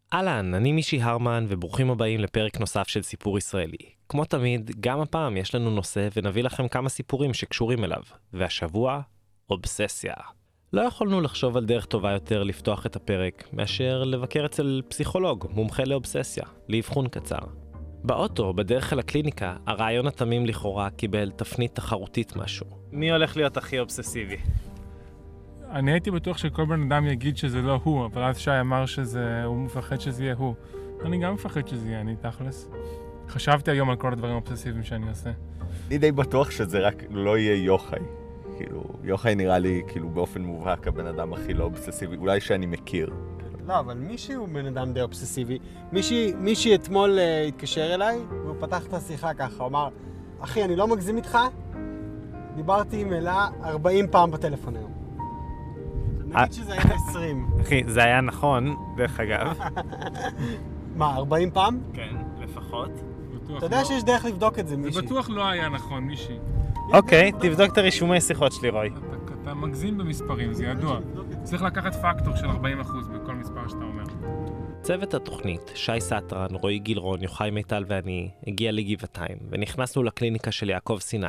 אהלן, אני מישי הרמן וברוכים הבאים לפרק נוסף של סיפור ישראלי. כמו תמיד, גם הפעם יש לנו נושא ונביא לכם כמה סיפורים שקשורים אליו. והשבוע, אובססיה. לא יכולנו לחשוב על דרך טובה יותר לפתוח את הפרק מאשר לבקר אצל פסיכולוג, מומחה לאובססיה, לאבחון קצר. באוטו, בדרך אל הקליניקה, הרעיון התמים לכאורה קיבל תפנית תחרותית משהו. מי הולך להיות הכי אובססיבי? אני הייתי בטוח שכל בן אדם יגיד שזה לא הוא, אבל אז שי אמר שהוא מפחד שזה יהיה הוא. אני גם מפחד שזה יהיה, אני תכלס. חשבתי היום על כל הדברים האובססיביים שאני עושה. אני די בטוח שזה רק לא יהיה יוחאי. כאילו, יוחאי נראה לי כאילו באופן מובהק הבן אדם הכי לא אובססיבי, אולי שאני מכיר. לא, אבל מישהי הוא בן אדם די אובססיבי. מישהי אתמול התקשר אליי, והוא פתח את השיחה ככה, הוא אמר, אחי, אני לא מגזים איתך, דיברתי עם אלה 40 פעם בטלפון היום. נגיד שזה היה 20. אחי, זה היה נכון, דרך אגב. מה, 40 פעם? כן, לפחות. אתה יודע שיש דרך לבדוק את זה, מישהי. זה בטוח לא היה נכון, מישהי. אוקיי, תבדוק את הרישומי שיחות שלי, רוי. אתה מגזים במספרים, זה ידוע. צריך לקחת פקטור של 40% בכל מספר שאתה אומר. צוות התוכנית, שי סטרן, רועי גילרון, יוחאי מיטל ואני, הגיע לגבעתיים, ונכנסנו לקליניקה של יעקב סיני.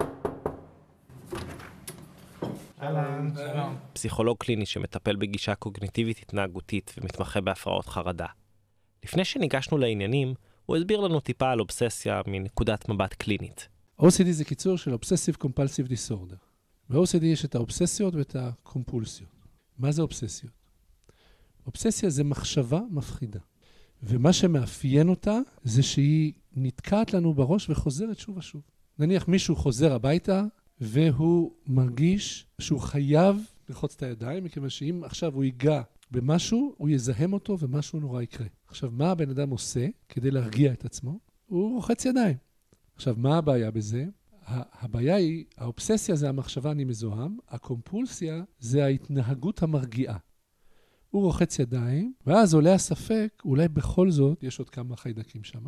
פסיכולוג קליני שמטפל בגישה קוגניטיבית התנהגותית ומתמחה בהפרעות חרדה. לפני שניגשנו לעניינים, הוא הסביר לנו טיפה על אובססיה מנקודת מבט קלינית. OCD זה קיצור של Obsessive Compulsive Disorder. ב-OCD יש את האובססיות ואת הקומפולסיות. מה זה אובססיות? אובססיה זה מחשבה מפחידה. ומה שמאפיין אותה זה שהיא נתקעת לנו בראש וחוזרת שוב ושוב. נניח מישהו חוזר הביתה והוא מרגיש שהוא חייב ללחוץ את הידיים, מכיוון שאם עכשיו הוא ייגע במשהו, הוא יזהם אותו ומשהו נורא יקרה. עכשיו, מה הבן אדם עושה כדי להרגיע את עצמו? הוא רוחץ ידיים. עכשיו, מה הבעיה בזה? הבעיה היא, האובססיה זה המחשבה אני מזוהם, הקומפולסיה זה ההתנהגות המרגיעה. הוא רוחץ ידיים, ואז עולה הספק, אולי בכל זאת, יש עוד כמה חיידקים שם.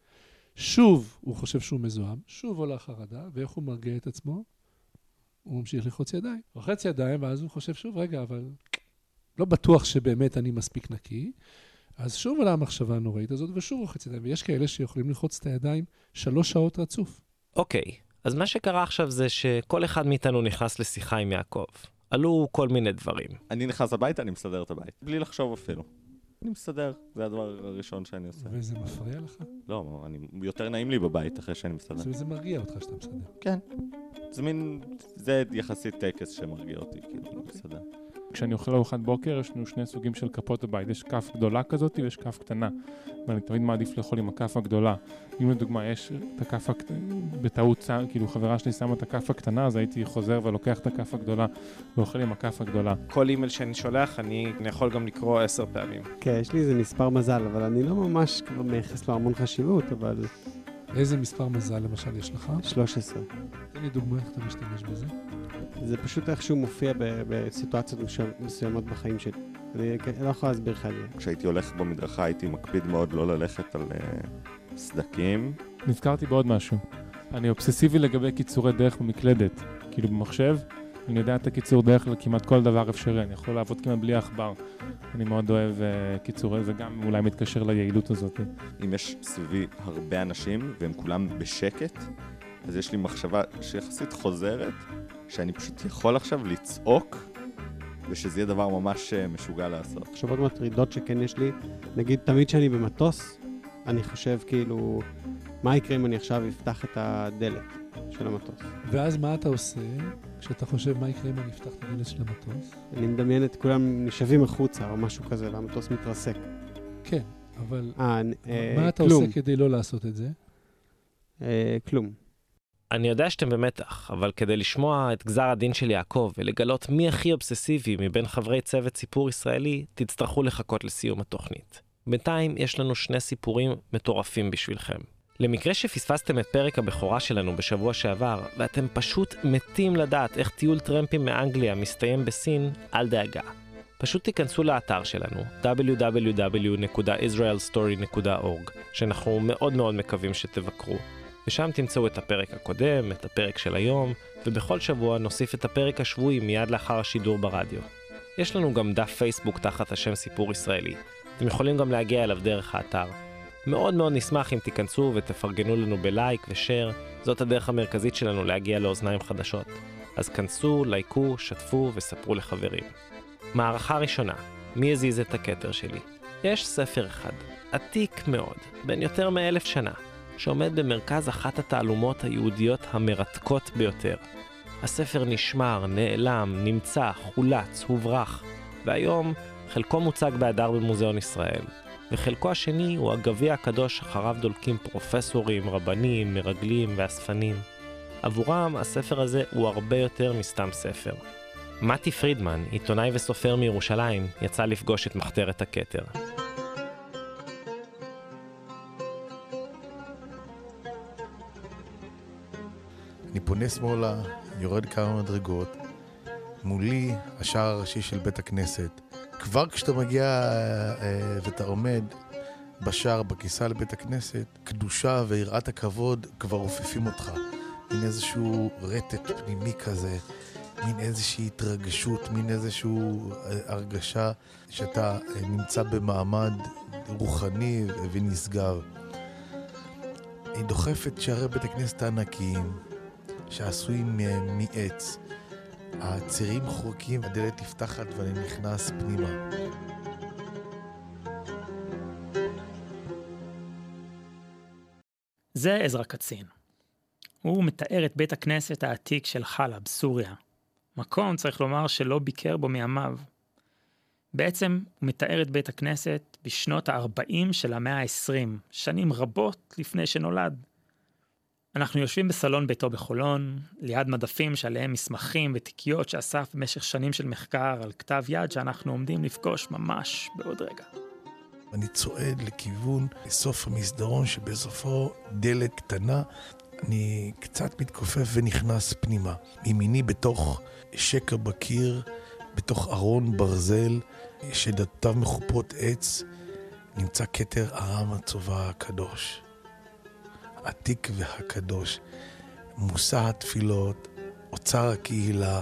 שוב הוא חושב שהוא מזוהם, שוב עולה חרדה, ואיך הוא מרגיע את עצמו? הוא ממשיך לחוץ ידיים. רוחץ ידיים, ואז הוא חושב שוב, רגע, אבל לא בטוח שבאמת אני מספיק נקי, אז שוב עולה המחשבה הנוראית הזאת, ושוב רוחץ ידיים, ויש כאלה שיכולים לחוץ את הידיים 3 שעות רצוף. אוקיי, אז מה שקרה עכשיו זה שכל אחד מאיתנו נכנס לשיחה עם יעקב. עלו כל מיני דברים. אני נכנס הביתה, אני מסדר את הבית. בלי לחשוב אפילו. אני מסדר, זה הדבר הראשון שאני עושה. וזה מפריע לך? לא, יותר נעים לי בבית אחרי שאני מסדר. זה מרגיע אותך שאתה מסדר. כן. זה יחסית טקס שמרגיע אותי, כאילו, אני מסדר. כשאני אוכל ארוחת בוקר, יש לנו 2 סוגים של כפות בבית. יש כף גדולה כזאת ויש כף קטנה. ואני תמיד מעדיף לאכול עם הכף הגדולה. אם לדוגמה יש את הכף בטעות, כאילו חברה שלי שמה את הכף הקטנה, אז הייתי חוזר ולוקח את הכף הגדולה ואוכל עם הכף הגדולה. כל אימייל שאני שולח, אני יכול גם לקרוא 10 פעמים. כן, יש לי איזה מספר מזל, אבל אני לא ממש כבר מייחס לו המון חשיבות, אבל... איזה מספר מזל למשל יש לך? 13. תן לי דוגמה איך אתה משתמש בזה. זה פשוט איכשהו מופיע בסיטואציות מסוימות בחיים שלי. אני לא יכול להסביר לך על זה. כשהייתי הולך במדרכה הייתי מקפיד מאוד לא ללכת על סדקים. נזכרתי בעוד משהו. אני אובססיבי לגבי קיצורי דרך במקלדת. כאילו במחשב, אני יודע את הקיצור דרך לכמעט כל דבר אפשרי. אני יכול לעבוד כמעט בלי עכבר. אני מאוד אוהב קיצורי, וגם אולי מתקשר ליעילות הזאת. אם יש סביבי הרבה אנשים והם כולם בשקט, אז יש לי מחשבה שיחסית חוזרת, שאני פשוט יכול עכשיו לצעוק, ושזה יהיה דבר ממש משוגע לעשות. מחשבות מטרידות שכן יש לי, נגיד תמיד שאני במטוס, אני חושב כאילו, מה יקרה אם אני עכשיו אפתח את הדלת של המטוס? ואז מה אתה עושה כשאתה חושב מה יקרה אם אני אפתח את הדלת של המטוס? אני מדמיין את כולם נשבים החוצה או משהו כזה, והמטוס מתרסק. כן, אבל מה אתה עושה כדי לא לעשות את זה? כלום. אני יודע שאתם במתח, אבל כדי לשמוע את גזר הדין של יעקב ולגלות מי הכי אובססיבי מבין חברי צוות סיפור ישראלי, תצטרכו לחכות לסיום התוכנית. בינתיים יש לנו 2 סיפורים מטורפים בשבילכם. למקרה שפספסתם את פרק הבכורה שלנו בשבוע שעבר, ואתם פשוט מתים לדעת איך טיול טרמפים מאנגליה מסתיים בסין, אל דאגה. פשוט תיכנסו לאתר שלנו, www.israelstory.org, שאנחנו מאוד מאוד מקווים שתבקרו. ושם תמצאו את הפרק הקודם, את הפרק של היום, ובכל שבוע נוסיף את הפרק השבועי מיד לאחר השידור ברדיו. יש לנו גם דף פייסבוק תחת השם סיפור ישראלי, אתם יכולים גם להגיע אליו דרך האתר. מאוד מאוד נשמח אם תיכנסו ותפרגנו לנו בלייק ושאר, זאת הדרך המרכזית שלנו להגיע לאוזניים חדשות. אז כנסו, לייקו, שתפו וספרו לחברים. מערכה ראשונה, מי הזיז את הכתר שלי? יש ספר אחד, עתיק מאוד, בן יותר מ1,000 שנה, שעומד במרכז אחת התעלומות היהודיות המרתקות ביותר. הספר נשמר, נעלם, נמצא, חולץ, הוברח, והיום חלקו מוצג בהדר במוזיאון ישראל, וחלקו השני הוא הגביע הקדוש אחריו דולקים פרופסורים, רבנים, מרגלים ואספנים. עבורם הספר הזה הוא הרבה יותר מסתם ספר. מתי פרידמן, עיתונאי וסופר מירושלים, יצא לפגוש את מחתרת הכתר. אני פונה שמאלה, יורד כמה מדרגות, מולי השער הראשי של בית הכנסת. כבר כשאתה מגיע ואתה עומד בשער בכניסה לבית הכנסת, קדושה ויראת הכבוד כבר רופפים אותך. מין איזשהו רטט פנימי כזה, מין איזושהי התרגשות, מין איזשהו הרגשה שאתה נמצא במעמד רוחני ונשגב. היא דוחפת שערי בית הכנסת הענקיים, שעשויים מעץ. הצירים חורקים, הדלת נפתחת ואני נכנס פנימה. זה עזרא קצין. הוא מתאר את בית הכנסת העתיק של חלב, סוריה. מקום, צריך לומר, שלא ביקר בו מימיו. בעצם הוא מתאר את בית הכנסת בשנות ה-40 של המאה ה-20, שנים רבות לפני שנולד. אנחנו יושבים בסלון ביתו בחולון, ליד מדפים שעליהם מסמכים ותיקיות שאסף במשך שנים של מחקר על כתב יד שאנחנו עומדים לפגוש ממש בעוד רגע. אני צועד לכיוון סוף המסדרון שבסופו דלת קטנה, אני קצת מתכופף ונכנס פנימה. מימיני בתוך שקע בקיר, בתוך ארון ברזל שדלתיו מחופות עץ, נמצא כתר ארם הצובא הקדוש. העתיק והקדוש, מושא התפילות, אוצר הקהילה.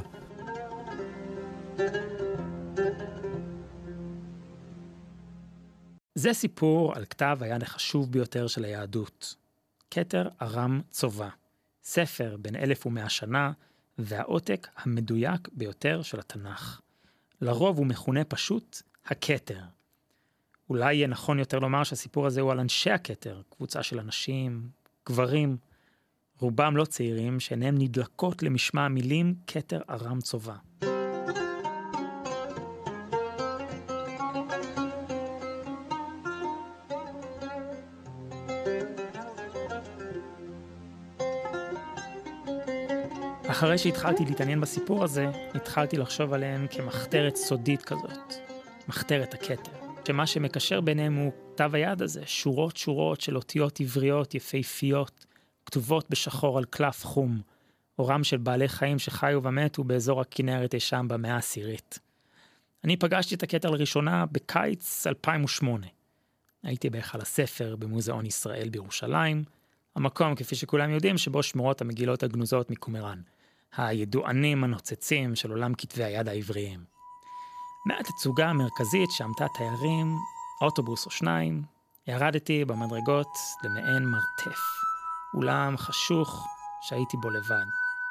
זה סיפור על כתב היד החשוב ביותר של היהדות. כתר ארם צובא, ספר בן 1100 שנה, והעותק המדויק ביותר של התנ"ך. לרוב הוא מכונה פשוט הכתר. אולי יהיה נכון יותר לומר שהסיפור הזה הוא על אנשי הכתר, קבוצה של אנשים, גברים, רובם לא צעירים, שעיניהם נדלקות למשמע המילים כתר ארם צובא. אחרי שהתחלתי להתעניין בסיפור הזה, התחלתי לחשוב עליהם כמחתרת סודית כזאת, מחתרת הכתר. שמה שמקשר ביניהם הוא כתב היד הזה, שורות שורות של אותיות עבריות יפהפיות, כתובות בשחור על קלף חום, אורם של בעלי חיים שחיו ומתו באזור הכנרת שם במאה ה-10. אני פגשתי את הכתר לראשונה בקיץ 2008. הייתי בהיכל הספר במוזיאון ישראל בירושלים, המקום, כפי שכולם יודעים, שבו שמורות המגילות הגנוזות מקומראן, הידוענים הנוצצים של עולם כתבי היד העבריים. מהתצוגה המרכזית שעמתה תיירים, אוטובוס או שניים, ירדתי במדרגות למעין מרתף, אולם חשוך שהייתי בו לבד.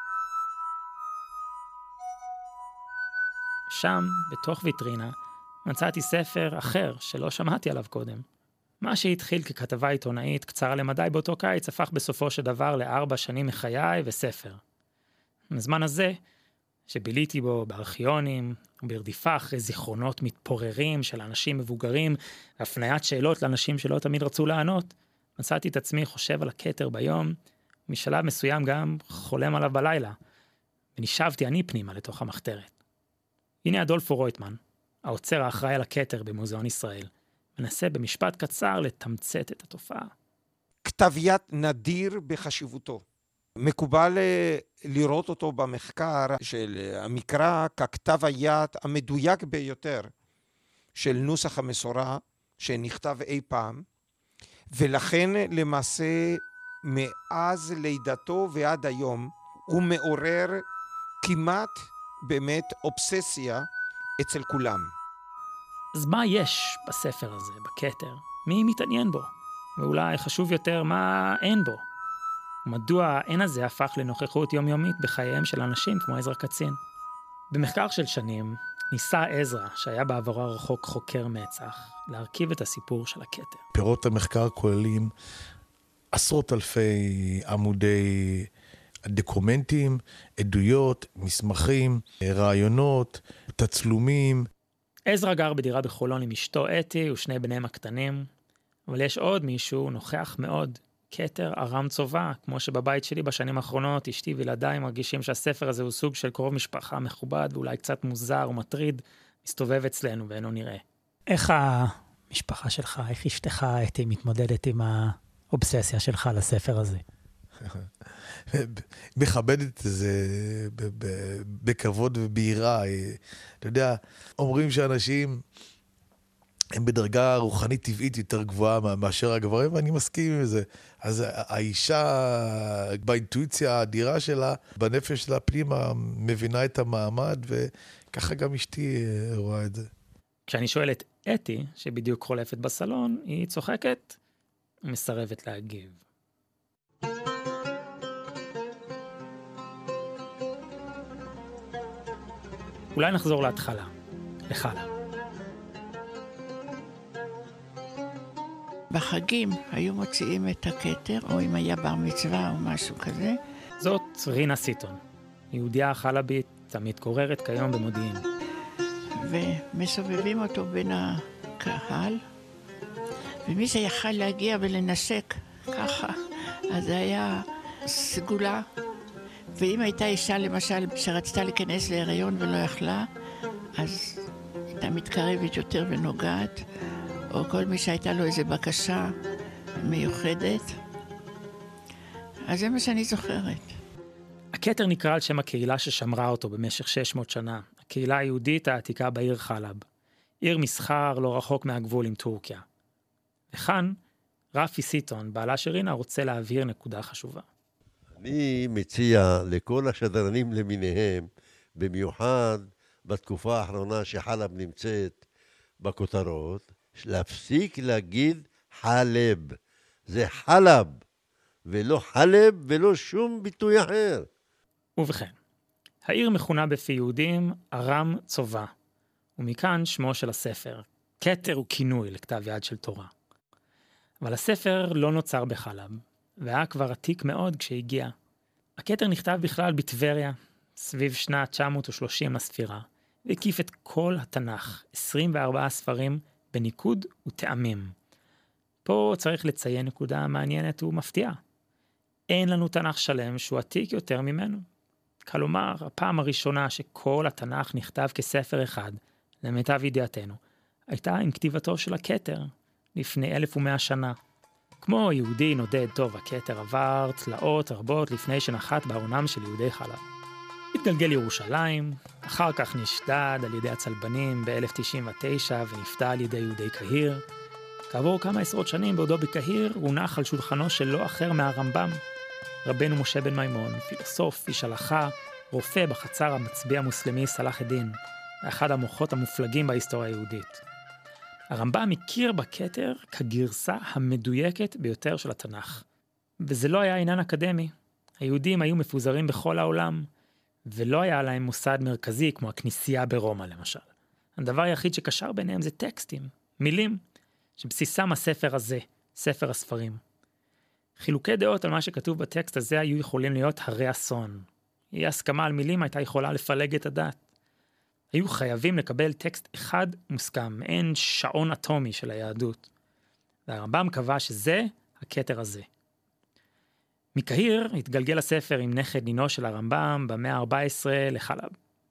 שם, בתוך ויטרינה, מצאתי ספר אחר שלא שמעתי עליו קודם. מה שהתחיל ככתבה עיתונאית קצרה למדי באותו קיץ, הפך בסופו של דבר ל4 שנים מחיי וספר. בזמן הזה, שביליתי בו בארכיונים, ברדיפה אחרי זיכרונות מתפוררים של אנשים מבוגרים, והפניית שאלות לאנשים שלא תמיד רצו לענות, מצאתי את עצמי חושב על הכתר ביום, ומשלב מסוים גם חולם עליו בלילה, ונשבתי אני פנימה לתוך המחתרת. הנה אדולפו רויטמן, האוצר האחראי על הכתר במוזיאון ישראל, מנסה במשפט קצר לתמצת את התופעה. כתב יד נדיר בחשיבותו. מקובל לראות אותו במחקר של המקרא ככתב היד המדויק ביותר של נוסח המסורה שנכתב אי פעם, ולכן למעשה מאז לידתו ועד היום הוא מעורר כמעט באמת אובססיה אצל כולם. אז מה יש בספר הזה, בכתר? מי מתעניין בו? ואולי חשוב יותר מה אין בו? ומדוע האין הזה הפך לנוכחות יומיומית בחייהם של אנשים כמו עזרא קצין? במחקר של שנים ניסה עזרא, שהיה בעברו הרחוק חוקר מצ"ח, להרכיב את הסיפור של הכתר. פירות המחקר כוללים עשרות אלפי עמודי דוקומנטים, עדויות, מסמכים, רעיונות, תצלומים. עזרא גר בדירה בחולון עם אשתו אתי ושני בניהם הקטנים, אבל יש עוד מישהו נוכח מאוד, כתר ארם צובא, כמו שבבית שלי בשנים האחרונות אשתי וילדיי מרגישים שהספר הזה הוא סוג של קרוב משפחה מכובד ואולי קצת מוזר ומטריד, מסתובב אצלנו ואינו נראה. איך המשפחה שלך, איך אשתך אתי מתמודדת עם האובססיה שלך לספר הזה? מכבדת את זה בכבוד וביראה. אתה יודע, אומרים שאנשים הם בדרגה רוחנית טבעית יותר גבוהה מאשר הגברים, ואני מסכים עם זה. אז האישה, באינטואיציה האדירה שלה, בנפש שלה פנימה, מבינה את המעמד, וככה גם אשתי רואה את זה. כשאני שואל את אתי, שבדיוק חולפת בסלון, היא צוחקת ומסרבת להגיב. אולי נחזור להתחלה, לחלה. בחגים היו מוציאים את הכתר, או אם היה בר מצווה או משהו כזה. זאת רינה סיטון, יהודיה חלבית, המתגוררת כיום במודיעין. ומסובבים אותו בין הקהל, ומי זה יכל להגיע ולנסק ככה, אז זה היה סגולה. ואם הייתה אישה למשל שרצתה להיכנס להיריון ולא יכלה, אז הייתה מתקרבת יותר ונוגעת, או כל מי שהייתה לו איזו בקשה מיוחדת. אז זה מה שאני זוכרת. הכתר נקרא על שם הקהילה ששמרה אותו במשך 600 שנה, הקהילה היהודית העתיקה בעיר חלב, עיר מסחר לא רחוק מהגבול עם טורקיה. וכאן רפי סיטון, בעלה של רינה, רוצה להבהיר נקודה חשובה. אני מציע לכל השדרנים למיניהם, במיוחד בתקופה האחרונה שחלב נמצאת בכותרות, להפסיק להגיד חלב. זה חלב, ולא חלב ולא שום ביטוי אחר. ובכן, העיר מכונה בפי יהודים ארם צובא, ומכאן שמו של הספר. כתר הוא כינוי לכתב יד של תורה. אבל הספר לא נוצר בחלב, והיה כבר עתיק מאוד כשהגיע. הכתר נכתב בכלל בטבריה, סביב שנת 930 לספירה, והקיף את כל התנ"ך, 24 ספרים בניקוד וטעמים. פה צריך לציין נקודה מעניינת ומפתיעה. אין לנו תנ"ך שלם שהוא עתיק יותר ממנו. כלומר, הפעם הראשונה שכל התנ"ך נכתב כספר אחד, למיטב ידיעתנו, הייתה עם כתיבתו של הכתר, לפני 1100 שנה. כמו יהודי נודד טוב, הכתר עבר תלאות רבות לפני שנחת בארונם של יהודי חלב. התגלגל לירושלים, אחר כך נשדד על ידי הצלבנים ב-1099 ונפתה על ידי יהודי קהיר. כעבור כמה עשרות שנים בעודו בקהיר הונח על שולחנו של לא אחר מהרמב"ם, רבנו משה בן מימון, פילוסוף, איש הלכה, רופא בחצר המצביא המוסלמי סלאח א-דין, ואחד המוחות המופלגים בהיסטוריה היהודית. הרמב"ם הכיר בכתר כגרסה המדויקת ביותר של התנ"ך. וזה לא היה עניין אקדמי. היהודים היו מפוזרים בכל העולם, ולא היה להם מוסד מרכזי כמו הכנסייה ברומא למשל. הדבר היחיד שקשר ביניהם זה טקסטים, מילים, שבסיסם הספר הזה, ספר הספרים. חילוקי דעות על מה שכתוב בטקסט הזה היו יכולים להיות הרי אסון. אי הסכמה על מילים הייתה יכולה לפלג את הדת. היו חייבים לקבל טקסט אחד מוסכם, מעין שעון אטומי של היהדות. והרמב"ם קבע שזה הכתר הזה. מקהיר התגלגל הספר עם נכד נינו של הרמב"ם במאה ה-14 לחלב.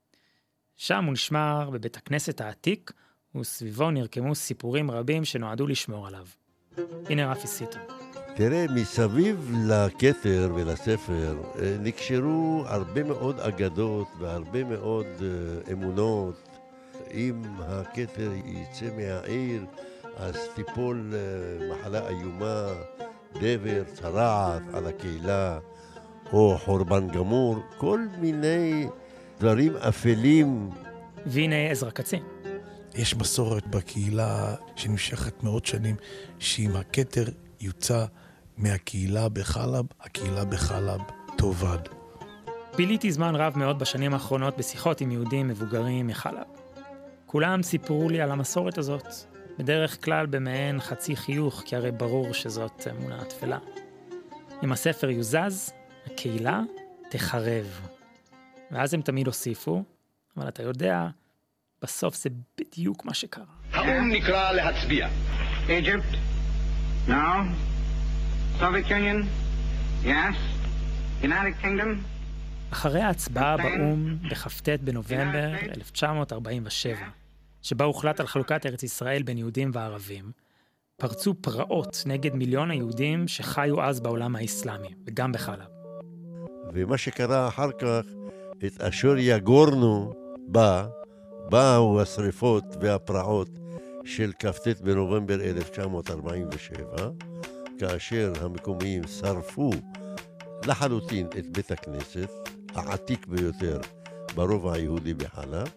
שם הוא נשמר בבית הכנסת העתיק, וסביבו נרקמו סיפורים רבים שנועדו לשמור עליו. הנה רפי סיטון. תראה, מסביב לכתר ולספר נקשרו הרבה מאוד אגדות והרבה מאוד אמונות. אם הכתר יצא מהעיר, אז תיפול מחלה איומה, דבר, צרעת על הקהילה, או חורבן גמור, כל מיני דברים אפלים. והנה עזרא קצין. יש מסורת בקהילה שנמשכת מאות שנים, שאם הכתר יוצא מהקהילה בחלב, הקהילה בחלב תאבד. ביליתי זמן רב מאוד בשנים האחרונות בשיחות עם יהודים מבוגרים מחלב. כולם סיפרו לי על המסורת הזאת, בדרך כלל במעין חצי חיוך, כי הרי ברור שזאת אמונה תפלה. אם הספר יוזז, הקהילה תחרב. ואז הם תמיד הוסיפו, אבל אתה יודע, בסוף זה בדיוק מה שקרה. האום נקרא להצביע. Egypt, no. Soviet Union, yes. United Kingdom. אחרי ההצבעה באום בכ"ט בנובמבר 1947, שבה הוחלט על חלוקת ארץ ישראל בין יהודים וערבים, פרצו פרעות נגד מיליון היהודים שחיו אז בעולם האסלאמי, וגם בחלב. ומה שקרה אחר כך, את אשר יגורנו באו השריפות והפרעות של כ"ט בנובמבר 1947, כאשר המקומיים שרפו לחלוטין את בית הכנסת, העתיק ביותר ברובע היהודי בחלב,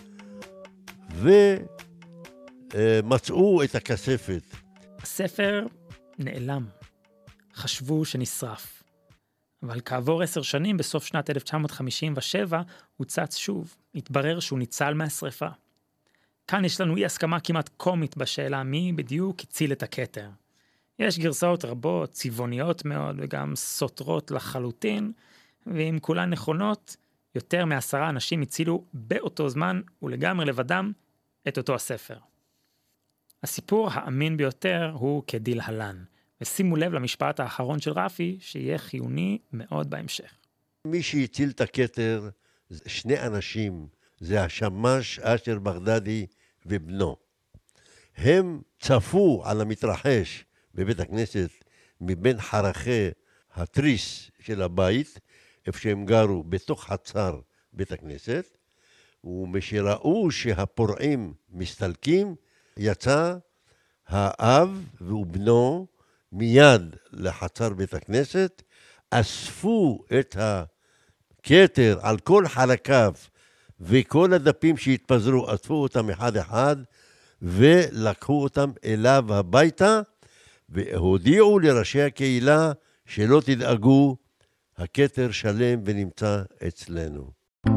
ומצאו את הכספת. הספר נעלם. חשבו שנשרף. אבל כעבור 10 שנים, בסוף שנת 1957, הוא צץ שוב. התברר שהוא ניצל מהשריפה. כאן יש לנו אי הסכמה כמעט קומית בשאלה מי בדיוק הציל את הכתר. יש גרסאות רבות, צבעוניות מאוד וגם סותרות לחלוטין, ואם כולן נכונות, יותר מ10 אנשים הצילו באותו זמן ולגמרי לבדם את אותו הספר. הסיפור האמין ביותר הוא כדלהלן, ושימו לב למשפט האחרון של רפי, שיהיה חיוני מאוד בהמשך. מי שהציל את הכתר, 2 אנשים, זה השמש אשר בגדדי ובנו. הם צפו על המתרחש בבית הכנסת מבין חרכי התריס של הבית, איפה שהם גרו בתוך חצר בית הכנסת, ומשראו שהפורעים מסתלקים, יצא האב ובנו מיד לחצר בית הכנסת, אספו את הכתר על כל חלקיו, וכל הדפים שהתפזרו, אספו אותם אחד אחד, ולקחו אותם אליו הביתה, והודיעו לראשי הקהילה שלא תדאגו, הכתר שלם ונמצא אצלנו.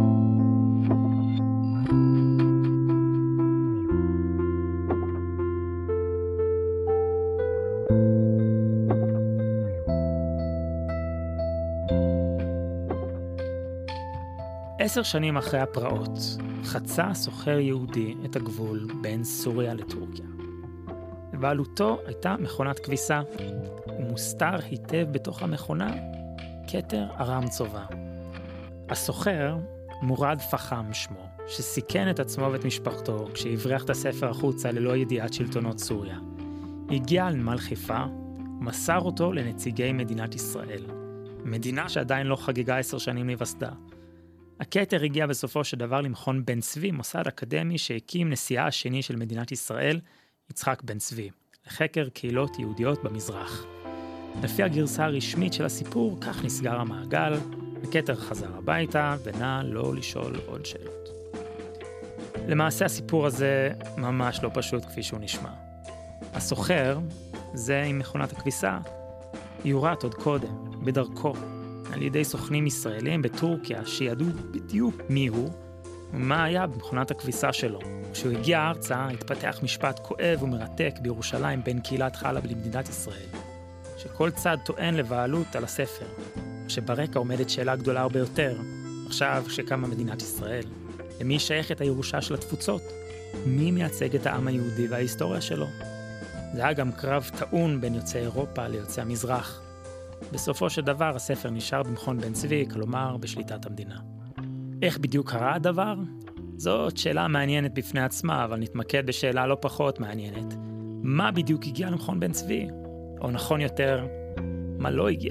עשר שנים אחרי הפרעות, חצה סוחר יהודי את הגבול בין סוריה לטורקיה. ובעלותו הייתה מכונת כביסה, ומוסתר היטב בתוך המכונה כתר ארם צובה. הסוחר, מורד פחם שמו, שסיכן את עצמו ואת משפחתו כשהבריח את הספר החוצה ללא ידיעת שלטונות סוריה, הגיע על נמל חיפה ומסר אותו לנציגי מדינת ישראל, מדינה שעדיין לא חגגה 10 שנים להיווסדה. הכתר הגיע בסופו של דבר למכון בן צבי, מוסד אקדמי שהקים נשיאה השני של מדינת ישראל, יצחק בן צבי, לחקר קהילות יהודיות במזרח. לפי הגרסה הרשמית של הסיפור, כך נסגר המעגל, הכתר חזר הביתה ונע לא לשאול עוד שאלות. למעשה הסיפור הזה ממש לא פשוט כפי שהוא נשמע. הסוחר, זה עם מכונת הכביסה, יורט עוד קודם, בדרכו, על ידי סוכנים ישראלים בטורקיה שידעו בדיוק מי הוא ומה היה במכונת הכביסה שלו. כשהוא הגיע ארצה, התפתח משפט כואב ומרתק בירושלים בין קהילת חלב למדינת ישראל, שכל צד טוען לבעלות על הספר, שברקע עומדת שאלה גדולה הרבה יותר, עכשיו שקמה מדינת ישראל, למי שייכת הירושה של התפוצות? מי מייצג את העם היהודי וההיסטוריה שלו? זה היה גם קרב טעון בין יוצאי אירופה ליוצאי המזרח. בסופו של דבר הספר נשאר במכון בן צבי, כלומר בשליטת המדינה. איך בדיוק קרה הדבר? זאת שאלה מעניינת בפני עצמה, אבל נתמקד בשאלה לא פחות מעניינת. מה בדיוק הגיע למכון בן צבי? או נכון יותר, מה לא הגיע?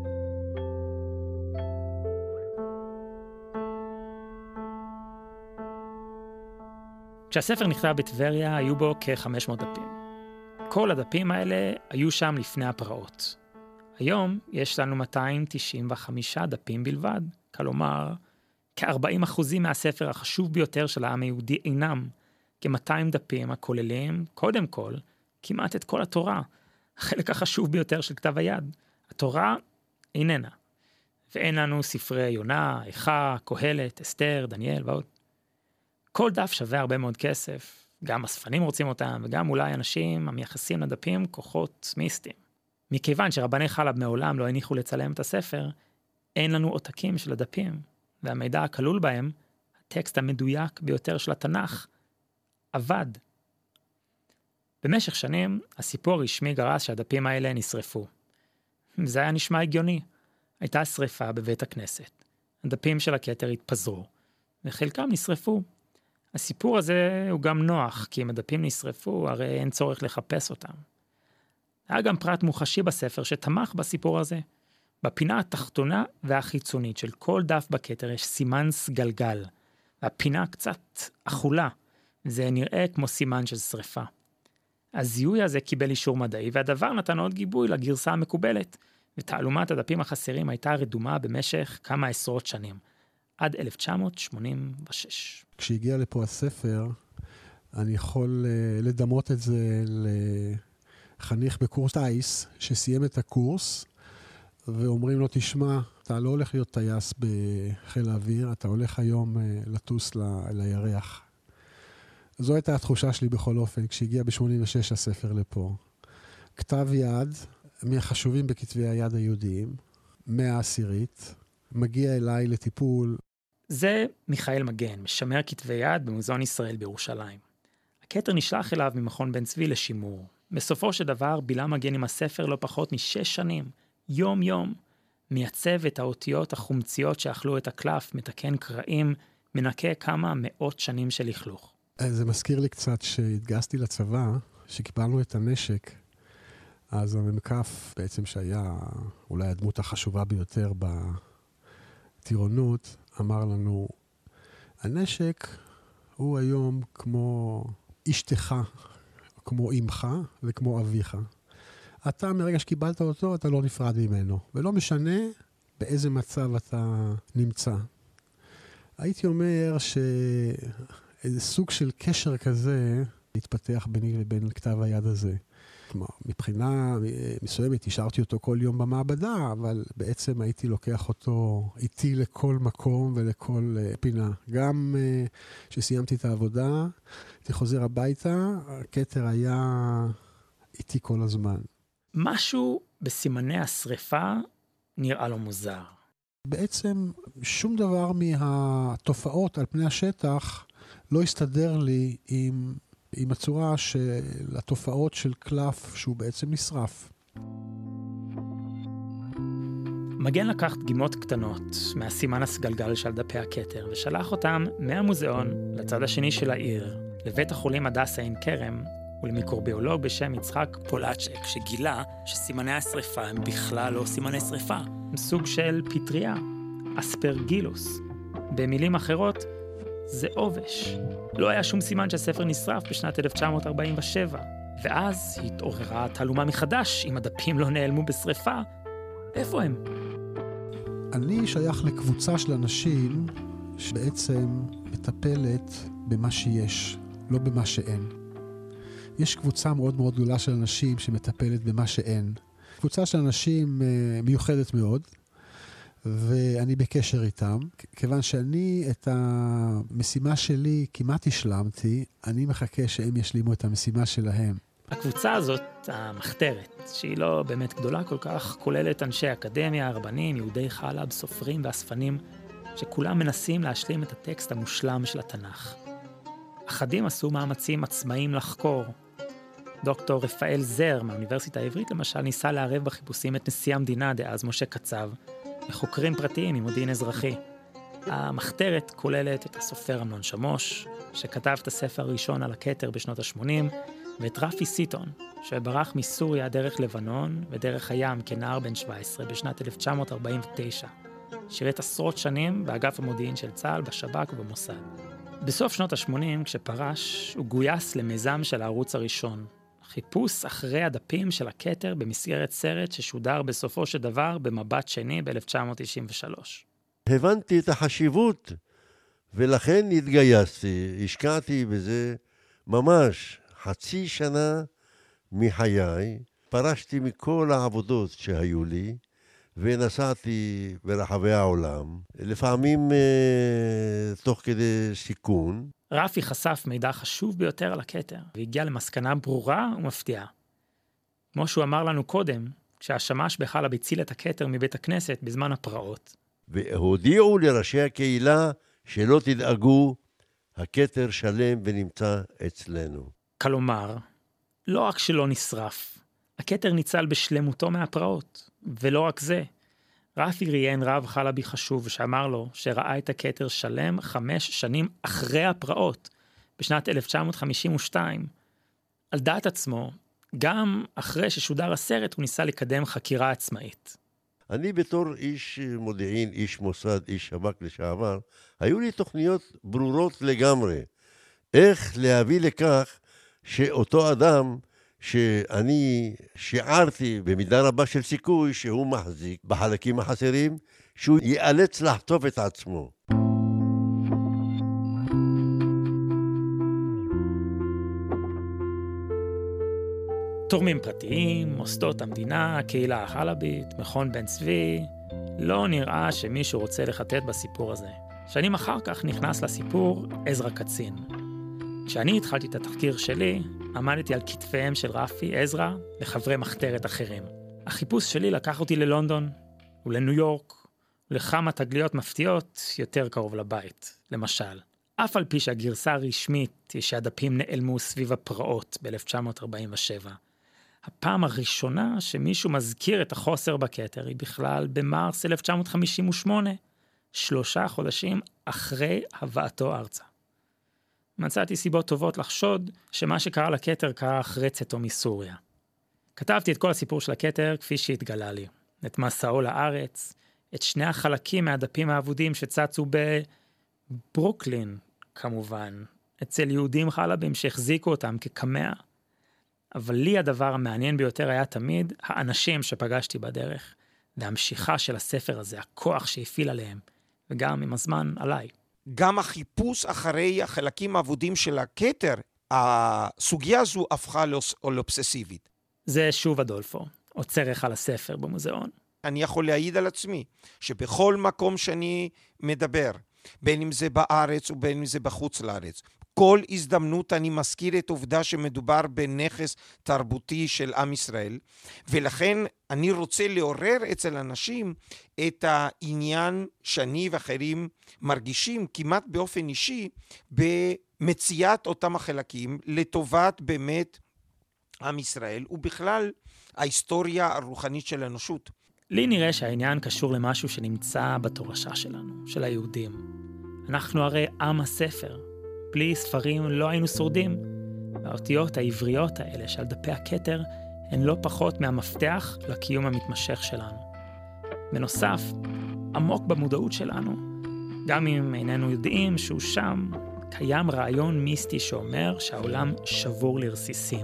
כשהספר נכתב בטבריה היו בו כ-500 דפים. כל הדפים האלה היו שם לפני הפרעות. היום יש לנו 295 דפים בלבד, כלומר, כ-40% מהספר החשוב ביותר של העם היהודי אינם, כ-200 דפים הכוללים, קודם כל, כמעט את כל התורה, החלק החשוב ביותר של כתב היד. התורה איננה, ואין לנו ספרי יונה, איכה, קהלת, אסתר, דניאל ועוד. כל דף שווה הרבה מאוד כסף, גם הספנים רוצים אותם, וגם אולי אנשים המייחסים לדפים כוחות מיסטיים. מכיוון שרבני חלב מעולם לא הניחו לצלם את הספר, אין לנו עותקים של הדפים, והמידע הכלול בהם, הטקסט המדויק ביותר של התנ"ך, אבד. במשך שנים, הסיפור הרשמי גרס שהדפים האלה נשרפו. זה היה נשמע הגיוני. הייתה שריפה בבית הכנסת. הדפים של הכתר התפזרו, וחלקם נשרפו. הסיפור הזה הוא גם נוח, כי אם הדפים נשרפו, הרי אין צורך לחפש אותם. היה גם פרט מוחשי בספר שתמך בסיפור הזה. בפינה התחתונה והחיצונית של כל דף בכתר יש סימן סגלגל. והפינה קצת אכולה. זה נראה כמו סימן של שריפה. הזיהוי הזה קיבל אישור מדעי, והדבר נתן עוד גיבוי לגרסה המקובלת, ותעלומת הדפים החסרים הייתה רדומה במשך כמה עשרות שנים, עד 1986. כשהגיע לפה הספר, אני יכול לדמות את זה לחניך בקורס טייס, שסיים את הקורס, ואומרים לו, תשמע, אתה לא הולך להיות טייס בחיל האוויר, אתה הולך היום לטוס לירח. זו הייתה התחושה שלי בכל אופן, כשהגיע ב-86 הספר לפה. כתב יד, מהחשובים בכתבי היד היהודיים, 110, מגיע אליי לטיפול. זה מיכאל מגן, משמר כתבי יד במוזיאון ישראל בירושלים. הכתר נשלח אליו ממכון בן צבי לשימור. בסופו של דבר בילה מגן עם הספר לא פחות מ6 שנים, יום יום. מייצב את האותיות החומציות שאכלו את הקלף, מתקן קרעים, מנקה כמה מאות שנים של לכלוך. זה מזכיר לי קצת שהתגייסתי לצבא, שקיבלנו את הנשק, אז המ"כ בעצם שהיה אולי הדמות החשובה ביותר בטירונות, אמר לנו, הנשק הוא היום כמו אשתך, כמו אמך וכמו אביך. אתה מרגע שקיבלת אותו, אתה לא נפרד ממנו, ולא משנה באיזה מצב אתה נמצא. הייתי אומר שאיזה סוג של קשר כזה התפתח ביני לבין כתב היד הזה. כלומר, מבחינה מסוימת השארתי אותו כל יום במעבדה, אבל בעצם הייתי לוקח אותו איתי לכל מקום ולכל פינה. גם כשסיימתי את העבודה, הייתי חוזר הביתה, הכתר היה איתי כל הזמן. משהו בסימני השריפה נראה לו מוזר. בעצם שום דבר מהתופעות על פני השטח לא הסתדר לי עם הצורה של התופעות של קלף שהוא בעצם נשרף. מגן לקח דגימות קטנות מהסימן הסגלגל של דפי הכתר ושלח אותם מהמוזיאון לצד השני של העיר, לבית החולים הדסה עין כרם ולמיקרוביולוג בשם יצחק פולצ'ק, שגילה שסימני השריפה הם בכלל לא סימני שריפה, הם סוג של פטריה, אספרגילוס. במילים אחרות, זה עובש. לא היה שום סימן שהספר נשרף בשנת 1947, ואז התעוררה תעלומה מחדש, אם הדפים לא נעלמו בשריפה. איפה הם? אני שייך לקבוצה של אנשים שבעצם מטפלת במה שיש, לא במה שאין. יש קבוצה מאוד מאוד גדולה של אנשים שמטפלת במה שאין. קבוצה של אנשים מיוחדת מאוד, ואני בקשר איתם. כיוון שאני את המשימה שלי כמעט השלמתי, אני מחכה שהם ישלימו את המשימה שלהם. הקבוצה הזאת, המחתרת, שהיא לא באמת גדולה כל כך, כוללת אנשי אקדמיה, רבנים, יהודי חלב, סופרים ואספנים, שכולם מנסים להשלים את הטקסט המושלם של התנ"ך. אחדים עשו מאמצים עצמאיים לחקור. דוקטור רפאל זר מהאוניברסיטה העברית למשל ניסה לערב בחיפושים את נשיא המדינה דאז משה קצב, וחוקרים פרטיים ממודיעין אזרחי. המחתרת כוללת את הסופר אמנון שמוש, שכתב את הספר הראשון על הכתר בשנות ה-80, ואת רפי סיטון, שברח מסוריה דרך לבנון ודרך הים כנער בן 17 בשנת 1949. שירת עשרות שנים באגף המודיעין של צה"ל, בשב"כ ובמוסד. בסוף שנות ה-80, כשפרש, הוא גויס למיזם של הערוץ הראשון. חיפוש אחרי הדפים של הכתר במסגרת סרט ששודר בסופו של דבר במבט שני ב-1993. הבנתי את החשיבות, ולכן התגייסתי, השקעתי בזה ממש חצי שנה מחיי, פרשתי מכל העבודות שהיו לי, ונסעתי ברחבי העולם, לפעמים תוך כדי סיכון. רפי חשף מידע חשוב ביותר על הכתר, והגיע למסקנה ברורה ומפתיעה. כמו שהוא אמר לנו קודם, כשהשמש בחלב הציל את הכתר מבית הכנסת בזמן הפרעות. והודיעו לראשי הקהילה שלא תדאגו, הכתר שלם ונמצא אצלנו. כלומר, לא רק שלא נשרף, הכתר ניצל בשלמותו מהפרעות. ולא רק זה, רפי ראיין רב חלבי חשוב שאמר לו שראה את הכתר שלם 5 שנים אחרי הפרעות, בשנת 1952. על דעת עצמו, גם אחרי ששודר הסרט הוא ניסה לקדם חקירה עצמאית. אני בתור איש מודיעין, איש מוסד, איש שב"כ לשעבר, היו לי תוכניות ברורות לגמרי. איך להביא לכך שאותו אדם שאני שיערתי במידה רבה של סיכוי שהוא מחזיק בחלקים החסרים, שהוא ייאלץ לחטוף את עצמו. תורמים פרטיים, מוסדות המדינה, הקהילה החלבית, מכון בן צבי, לא נראה שמישהו רוצה לחטט בסיפור הזה. שנים אחר כך נכנס לסיפור עזרא קצין. כשאני התחלתי את התחקיר שלי, עמדתי על כתפיהם של רפי, עזרא וחברי מחתרת אחרים. החיפוש שלי לקח אותי ללונדון ולניו יורק, לכמה תגליות מפתיעות יותר קרוב לבית. למשל, אף על פי שהגרסה הרשמית היא שהדפים נעלמו סביב הפרעות ב-1947. הפעם הראשונה שמישהו מזכיר את החוסר בכתר היא בכלל במרס 1958, 3 חודשים אחרי הבאתו ארצה. מצאתי סיבות טובות לחשוד שמה שקרה לכתר קרה אחרי צאתו מסוריה. כתבתי את כל הסיפור של הכתר כפי שהתגלה לי. את מסעו לארץ, את 2 החלקים מהדפים האבודים שצצו בברוקלין, כמובן, אצל יהודים חלבים שהחזיקו אותם כקמע. אבל לי הדבר המעניין ביותר היה תמיד האנשים שפגשתי בדרך, והמשיכה של הספר הזה, הכוח שהפעיל עליהם, וגם עם הזמן עליי. גם החיפוש אחרי החלקים האבודים של הכתר, הסוגיה הזו הפכה לאובססיבית. זה שוב אדולפו, עוצר על הספר במוזיאון. אני יכול להעיד על עצמי, שבכל מקום שאני מדבר, בין אם זה בארץ ובין אם זה בחוץ לארץ, כל הזדמנות אני מזכיר את עובדה שמדובר בנכס תרבותי של עם ישראל, ולכן אני רוצה לעורר אצל אנשים את העניין שאני ואחרים מרגישים כמעט באופן אישי במציאת אותם החלקים לטובת באמת עם ישראל ובכלל ההיסטוריה הרוחנית של האנושות. לי נראה שהעניין קשור למשהו שנמצא בתורשה שלנו, של היהודים. אנחנו הרי עם הספר. בלי ספרים לא היינו שורדים. האותיות העבריות האלה שעל דפי הכתר הן לא פחות מהמפתח לקיום המתמשך שלנו. בנוסף, עמוק במודעות שלנו, גם אם איננו יודעים שהוא שם, קיים רעיון מיסטי שאומר שהעולם שבור לרסיסים.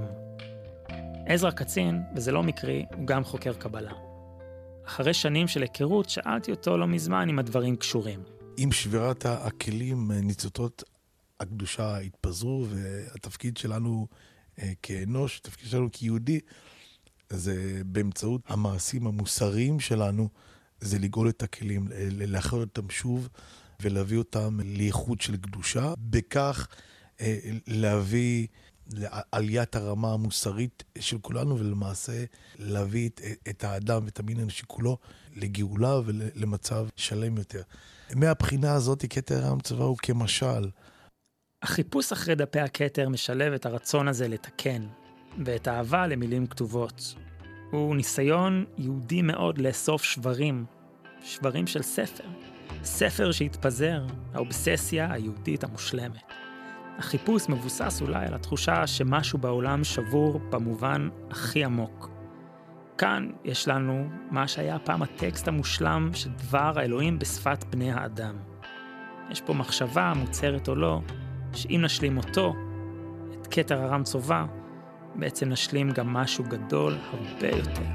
עזרא קצין, וזה לא מקרי, הוא גם חוקר קבלה. אחרי שנים של היכרות, שאלתי אותו לא מזמן אם הדברים קשורים. עם שבירת הכלים ניצוצות הקדושה התפזרו, והתפקיד שלנו כאנוש, התפקיד שלנו כיהודי, זה באמצעות המעשים המוסריים שלנו, זה לגאול את הכלים, לאחר אותם שוב, ולהביא אותם לאיכות של קדושה, בכך להביא לעליית הרמה המוסרית של כולנו, ולמעשה להביא את האדם ואת המין האנושי כולו לגאולה ולמצב שלם יותר. מהבחינה הזאת, כתר עם צבא הוא כמשל. החיפוש אחרי דפי הכתר משלב את הרצון הזה לתקן, ואת האהבה למילים כתובות. הוא ניסיון יהודי מאוד לאסוף שברים של ספר. ספר שהתפזר, האובססיה היהודית המושלמת. החיפוש מבוסס אולי על התחושה שמשהו בעולם שבור במובן הכי עמוק. כאן יש לנו מה שהיה פעם הטקסט המושלם של דבר האלוהים בשפת בני האדם. יש פה מחשבה, מוצרת או לא, שאם נשלים אותו, את כתר ארם צובא, בעצם נשלים גם משהו גדול הרבה יותר.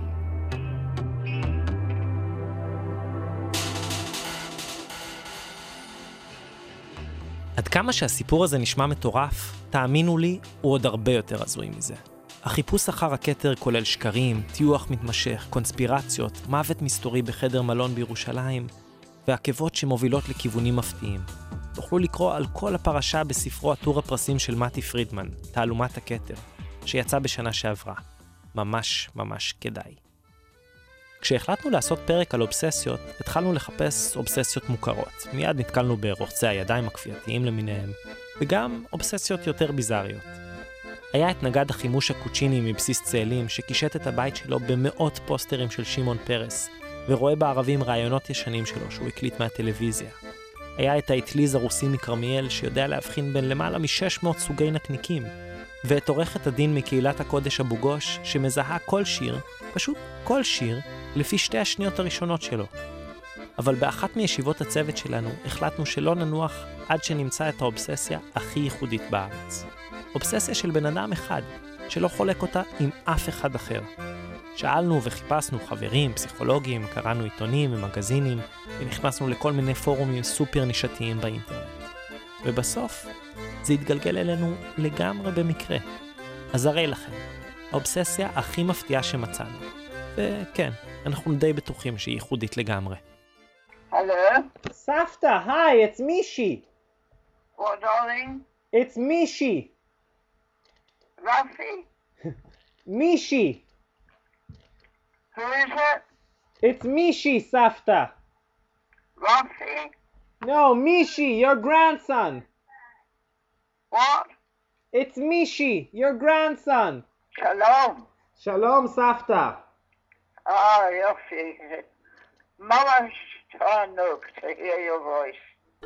עד כמה שהסיפור הזה נשמע מטורף, תאמינו לי, הוא עוד הרבה יותר הזוי מזה. החיפוש אחר הכתר כולל שקרים, טיוח מתמשך, קונספירציות, מוות מסתורי בחדר מלון בירושלים, ועקבות שמובילות לכיוונים מפתיעים. תוכלו לקרוא על כל הפרשה בספרו עטור הפרסים של מתי פרידמן, תעלומת הכתר, שיצא בשנה שעברה. ממש ממש כדאי. כשהחלטנו לעשות פרק על אובססיות, התחלנו לחפש אובססיות מוכרות. מיד נתקלנו ברוחצי הידיים הכפייתיים למיניהם, וגם אובססיות יותר ביזריות. היה את נגד החימוש הקוצ'יני מבסיס צאלים שקישט את הבית שלו במאות פוסטרים של שמעון פרס, ורואה בערבים רעיונות ישנים שלו שהוא הקליט מהטלוויזיה. היה את האטליז הרוסי מקרמיאל שיודע להבחין בין למעלה מ-600 סוגי נקניקים, ואת עורכת הדין מקהילת הקודש אבו גוש שמזהה כל שיר, פשוט כל שיר, לפי 2 השניות הראשונות שלו. אבל באחת מישיבות הצוות שלנו החלטנו שלא ננוח עד שנמצא את האובססיה הכי ייחודית בארץ. אובססיה של בן אדם אחד, שלא חולק אותה עם אף אחד אחר. שאלנו וחיפשנו חברים, פסיכולוגים, קראנו עיתונים ומגזינים, ונכנסנו לכל מיני פורומים סופר נישתיים באינטרנט. ובסוף, זה התגלגל אלינו לגמרי במקרה. אז הרי לכם, האובססיה הכי מפתיעה שמצאנו. וכן, אנחנו די בטוחים שהיא ייחודית לגמרי. Hello? Safta, hi, it's Mishi. What, darling? It's Mishi. Rafi? Mishi. Who is it? It's Mishi, Safta. Rafi? No, Mishi, your grandson. What? It's Mishi, your grandson. Shalom. Shalom, Safta. Ah, Yofi. Mama's Tanuk to hear your voice.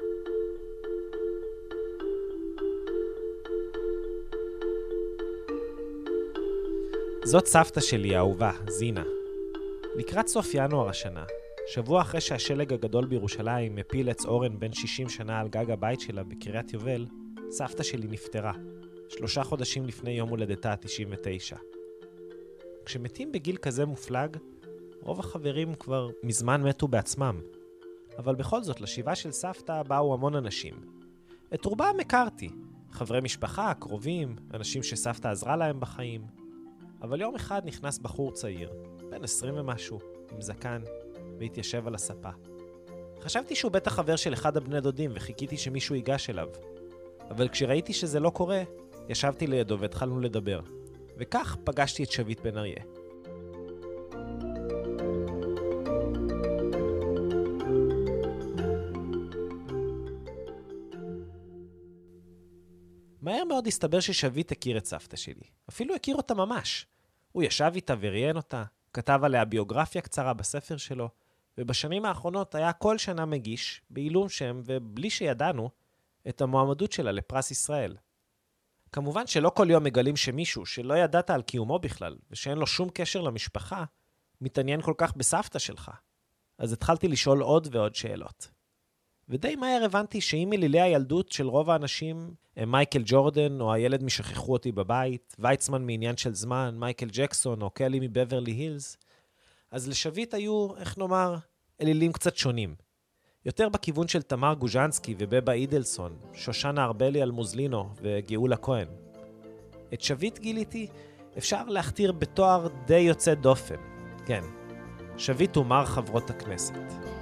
זאת סבתא שלי האהובה, זינה. לקראת סוף ינואר השנה, שבוע אחרי שהשלג הגדול בירושלים מפיל עץ אורן בן 60 שנה על גג הבית שלה בקריית יובל, סבתא שלי נפטרה, 3 חודשים לפני יום הולדתה ה-99. כשמתים בגיל כזה מופלג, רוב החברים כבר מזמן מתו בעצמם. אבל בכל זאת, לשבעה של סבתא באו המון אנשים. את רובם הכרתי, חברי משפחה, קרובים, אנשים שסבתא עזרה להם בחיים. אבל יום אחד נכנס בחור צעיר, בן 20 ומשהו, עם זקן, והתיישב על הספה. חשבתי שהוא בטח חבר של אחד הבני דודים, וחיכיתי שמישהו ייגש אליו. אבל כשראיתי שזה לא קורה, ישבתי לידו והתחלנו לדבר. וכך פגשתי את שביט בן אריה. מהר מאוד הסתבר ששביט הכיר את סבתא שלי. אפילו הכיר אותה ממש. הוא ישב איתה וראיין אותה, כתב עליה ביוגרפיה קצרה בספר שלו, ובשנים האחרונות היה כל שנה מגיש, בעילום שם ובלי שידענו, את המועמדות שלה לפרס ישראל. כמובן שלא כל יום מגלים שמישהו שלא ידעת על קיומו בכלל, ושאין לו שום קשר למשפחה, מתעניין כל כך בסבתא שלך. אז התחלתי לשאול עוד ועוד שאלות. ודי מהר הבנתי שאם מלילי הילדות של רוב האנשים הם מייקל ג'ורדן או הילד משכחו אותי בבית, ויצמן מעניין של זמן, מייקל ג'קסון או קלי מבברלי הילס, אז לשביט היו, איך נאמר, אלילים קצת שונים. יותר בכיוון של תמר גוז'נסקי ובבה אידלסון, שושנה ארבלי אלמוזלינו וגאולה כהן. את שביט גיליתי אפשר להכתיר בתואר די יוצא דופן. כן, שביט הוא מר חברות הכנסת.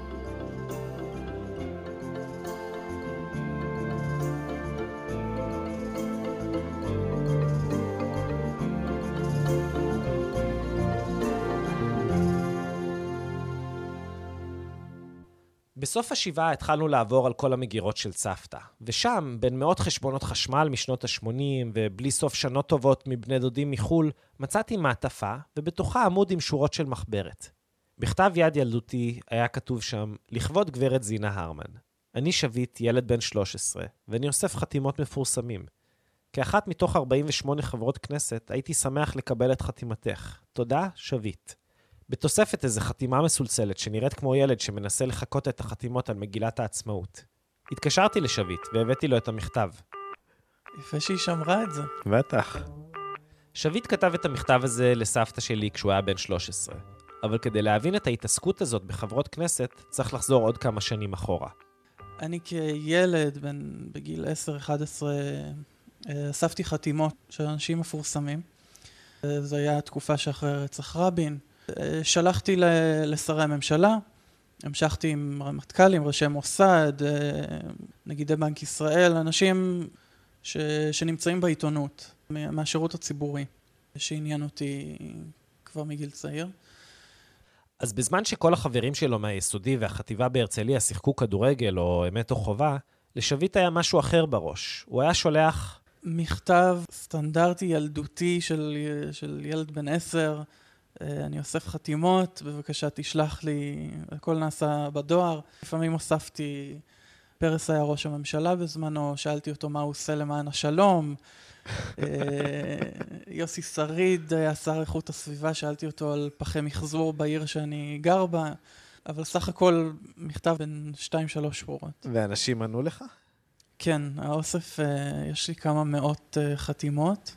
בסוף השבעה התחלנו לעבור על כל המגירות של סבתא, ושם, בין מאות חשבונות חשמל משנות ה-80 ובלי סוף שנות טובות מבני דודים מחול, מצאתי מעטפה ובתוכה עמוד עם שורות של מחברת. בכתב יד ילדותי היה כתוב שם, לכבוד גברת זינה הרמן. אני שביט, ילד בן 13, ואני אוסף חתימות מפורסמים. כאחת מתוך 48 חברות כנסת, הייתי שמח לקבל את חתימתך. תודה, שביט. בתוספת איזו חתימה מסולסלת שנראית כמו ילד שמנסה לחכות את החתימות על מגילת העצמאות. התקשרתי לשביט והבאתי לו את המכתב. יפה שהיא שמרה את זה. בטח. שביט כתב את המכתב הזה לסבתא שלי כשהוא היה בן 13. אבל כדי להבין את ההתעסקות הזאת בחברות כנסת, צריך לחזור עוד כמה שנים אחורה. אני כילד, בגיל 10-11, אספתי חתימות של אנשים מפורסמים. זו הייתה התקופה שאחרי רצח רבין. שלחתי לשרי הממשלה, המשכתי עם רמטכ"לים, ראשי מוסד, נגידי בנק ישראל, אנשים שנמצאים בעיתונות, מהשירות הציבורי, שעניין אותי כבר מגיל צעיר. אז בזמן שכל החברים שלו מהיסודי והחטיבה בהרצליה שיחקו כדורגל או אמת או חובה, לשביט היה משהו אחר בראש. הוא היה שולח מכתב סטנדרטי ילדותי של ילד בן 10, אני אוסף חתימות, בבקשה תשלח לי, הכל נעשה בדואר. לפעמים הוספתי, פרס היה ראש הממשלה בזמנו, שאלתי אותו מה הוא עושה למען השלום. יוסי שריד היה שר איכות הסביבה, שאלתי אותו על פחי מחזור בעיר שאני גר בה, אבל סך הכל מכתב בין 2-3 שורות. ואנשים ענו לך? כן, האוסף, יש לי כמה מאות חתימות.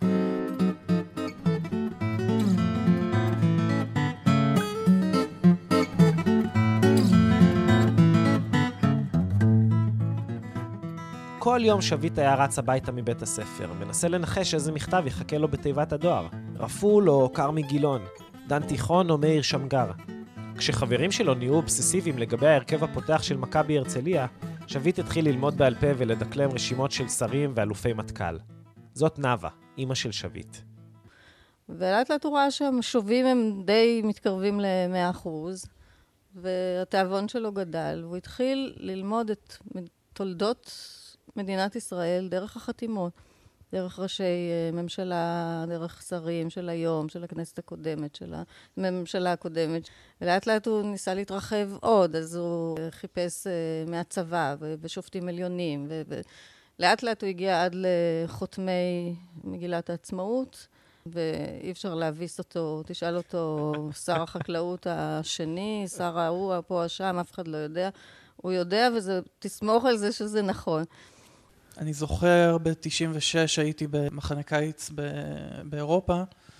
כל יום שביט היה רץ הביתה מבית הספר, מנסה לנחש איזה מכתב יחכה לו בתיבת הדואר. רפול או קרמי גילון, דן תיכון או מאיר שמגר. כשחברים שלו נהיו אובססיביים לגבי ההרכב הפותח של מכבי הרצליה, שביט התחיל ללמוד בעל פה ולדקלם רשימות של שרים ואלופי מטכ"ל. זאת נאווה, אמא של שביט. ולאט לאט הוא ראה שהמשובים הם די מתקרבים ל100%, והתיאבון שלו גדל, והוא התחיל ללמוד את תולדות מדינת ישראל דרך החתימות, דרך ראשי ממשלה, דרך שרים של היום, של הכנסת הקודמת, של הממשלה הקודמת. ולאט לאט הוא ניסה להתרחב עוד, אז הוא חיפש מהצבא ושופטים עליונים, ולאט לאט הוא הגיע עד לחותמי מגילת העצמאות, ואי אפשר להביס אותו, תשאל אותו שר החקלאות השני, שר ההוא, פה השם, אף אחד לא יודע. הוא יודע תסמוך על זה שזה נכון. אני זוכר ב-96 הייתי במחנה קיץ באירופה,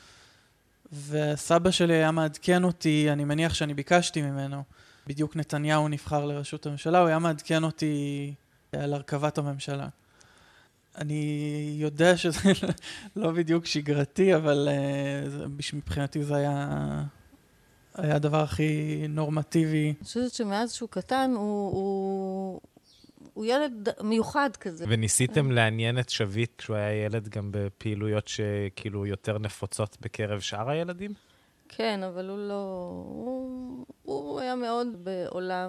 וסבא שלי היה מעדכן אותי, אני מניח שאני ביקשתי ממנו, בדיוק נתניהו נבחר לראשות הממשלה, הוא היה מעדכן אותי על הרכבת הממשלה. אני יודע שזה לא בדיוק שגרתי, אבל מבחינתי זה היה הדבר הכי נורמטיבי. אני חושבת שמאז שהוא קטן, הוא ילד מיוחד כזה. וניסיתם לעניין את שביט כשהוא היה ילד גם בפעילויות שכאילו יותר נפוצות בקרב שאר הילדים? כן, אבל הוא לא... הוא היה מאוד בעולם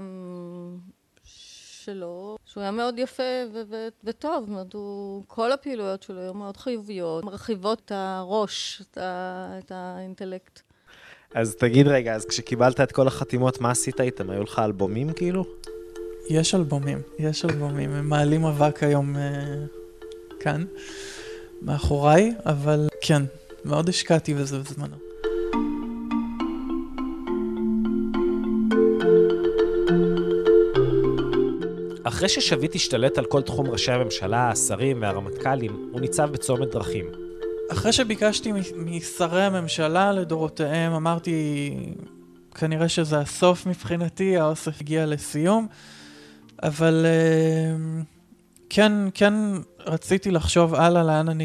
שלו, שהוא היה מאוד יפה וטוב. כל הפעילויות שלו היו מאוד חיוביות, מרחיבות את הראש, את האינטלקט. אז תגיד רגע, אז כשקיבלת את כל החתימות, מה עשית איתם? היו לך אלבומים כאילו? יש אלבומים. הם מעלים אבק היום כאן, מאחוריי, אבל כן, מאוד השקעתי בזה בזמנו. אחרי ששביט השתלט על כל תחום ראשי הממשלה, השרים והרמטכ"לים, הוא ניצב בצומת דרכים. אחרי שביקשתי משרי הממשלה לדורותיהם, אמרתי, כנראה שזה הסוף מבחינתי, האוסף הגיע לסיום, אבל כן רציתי לחשוב הלאה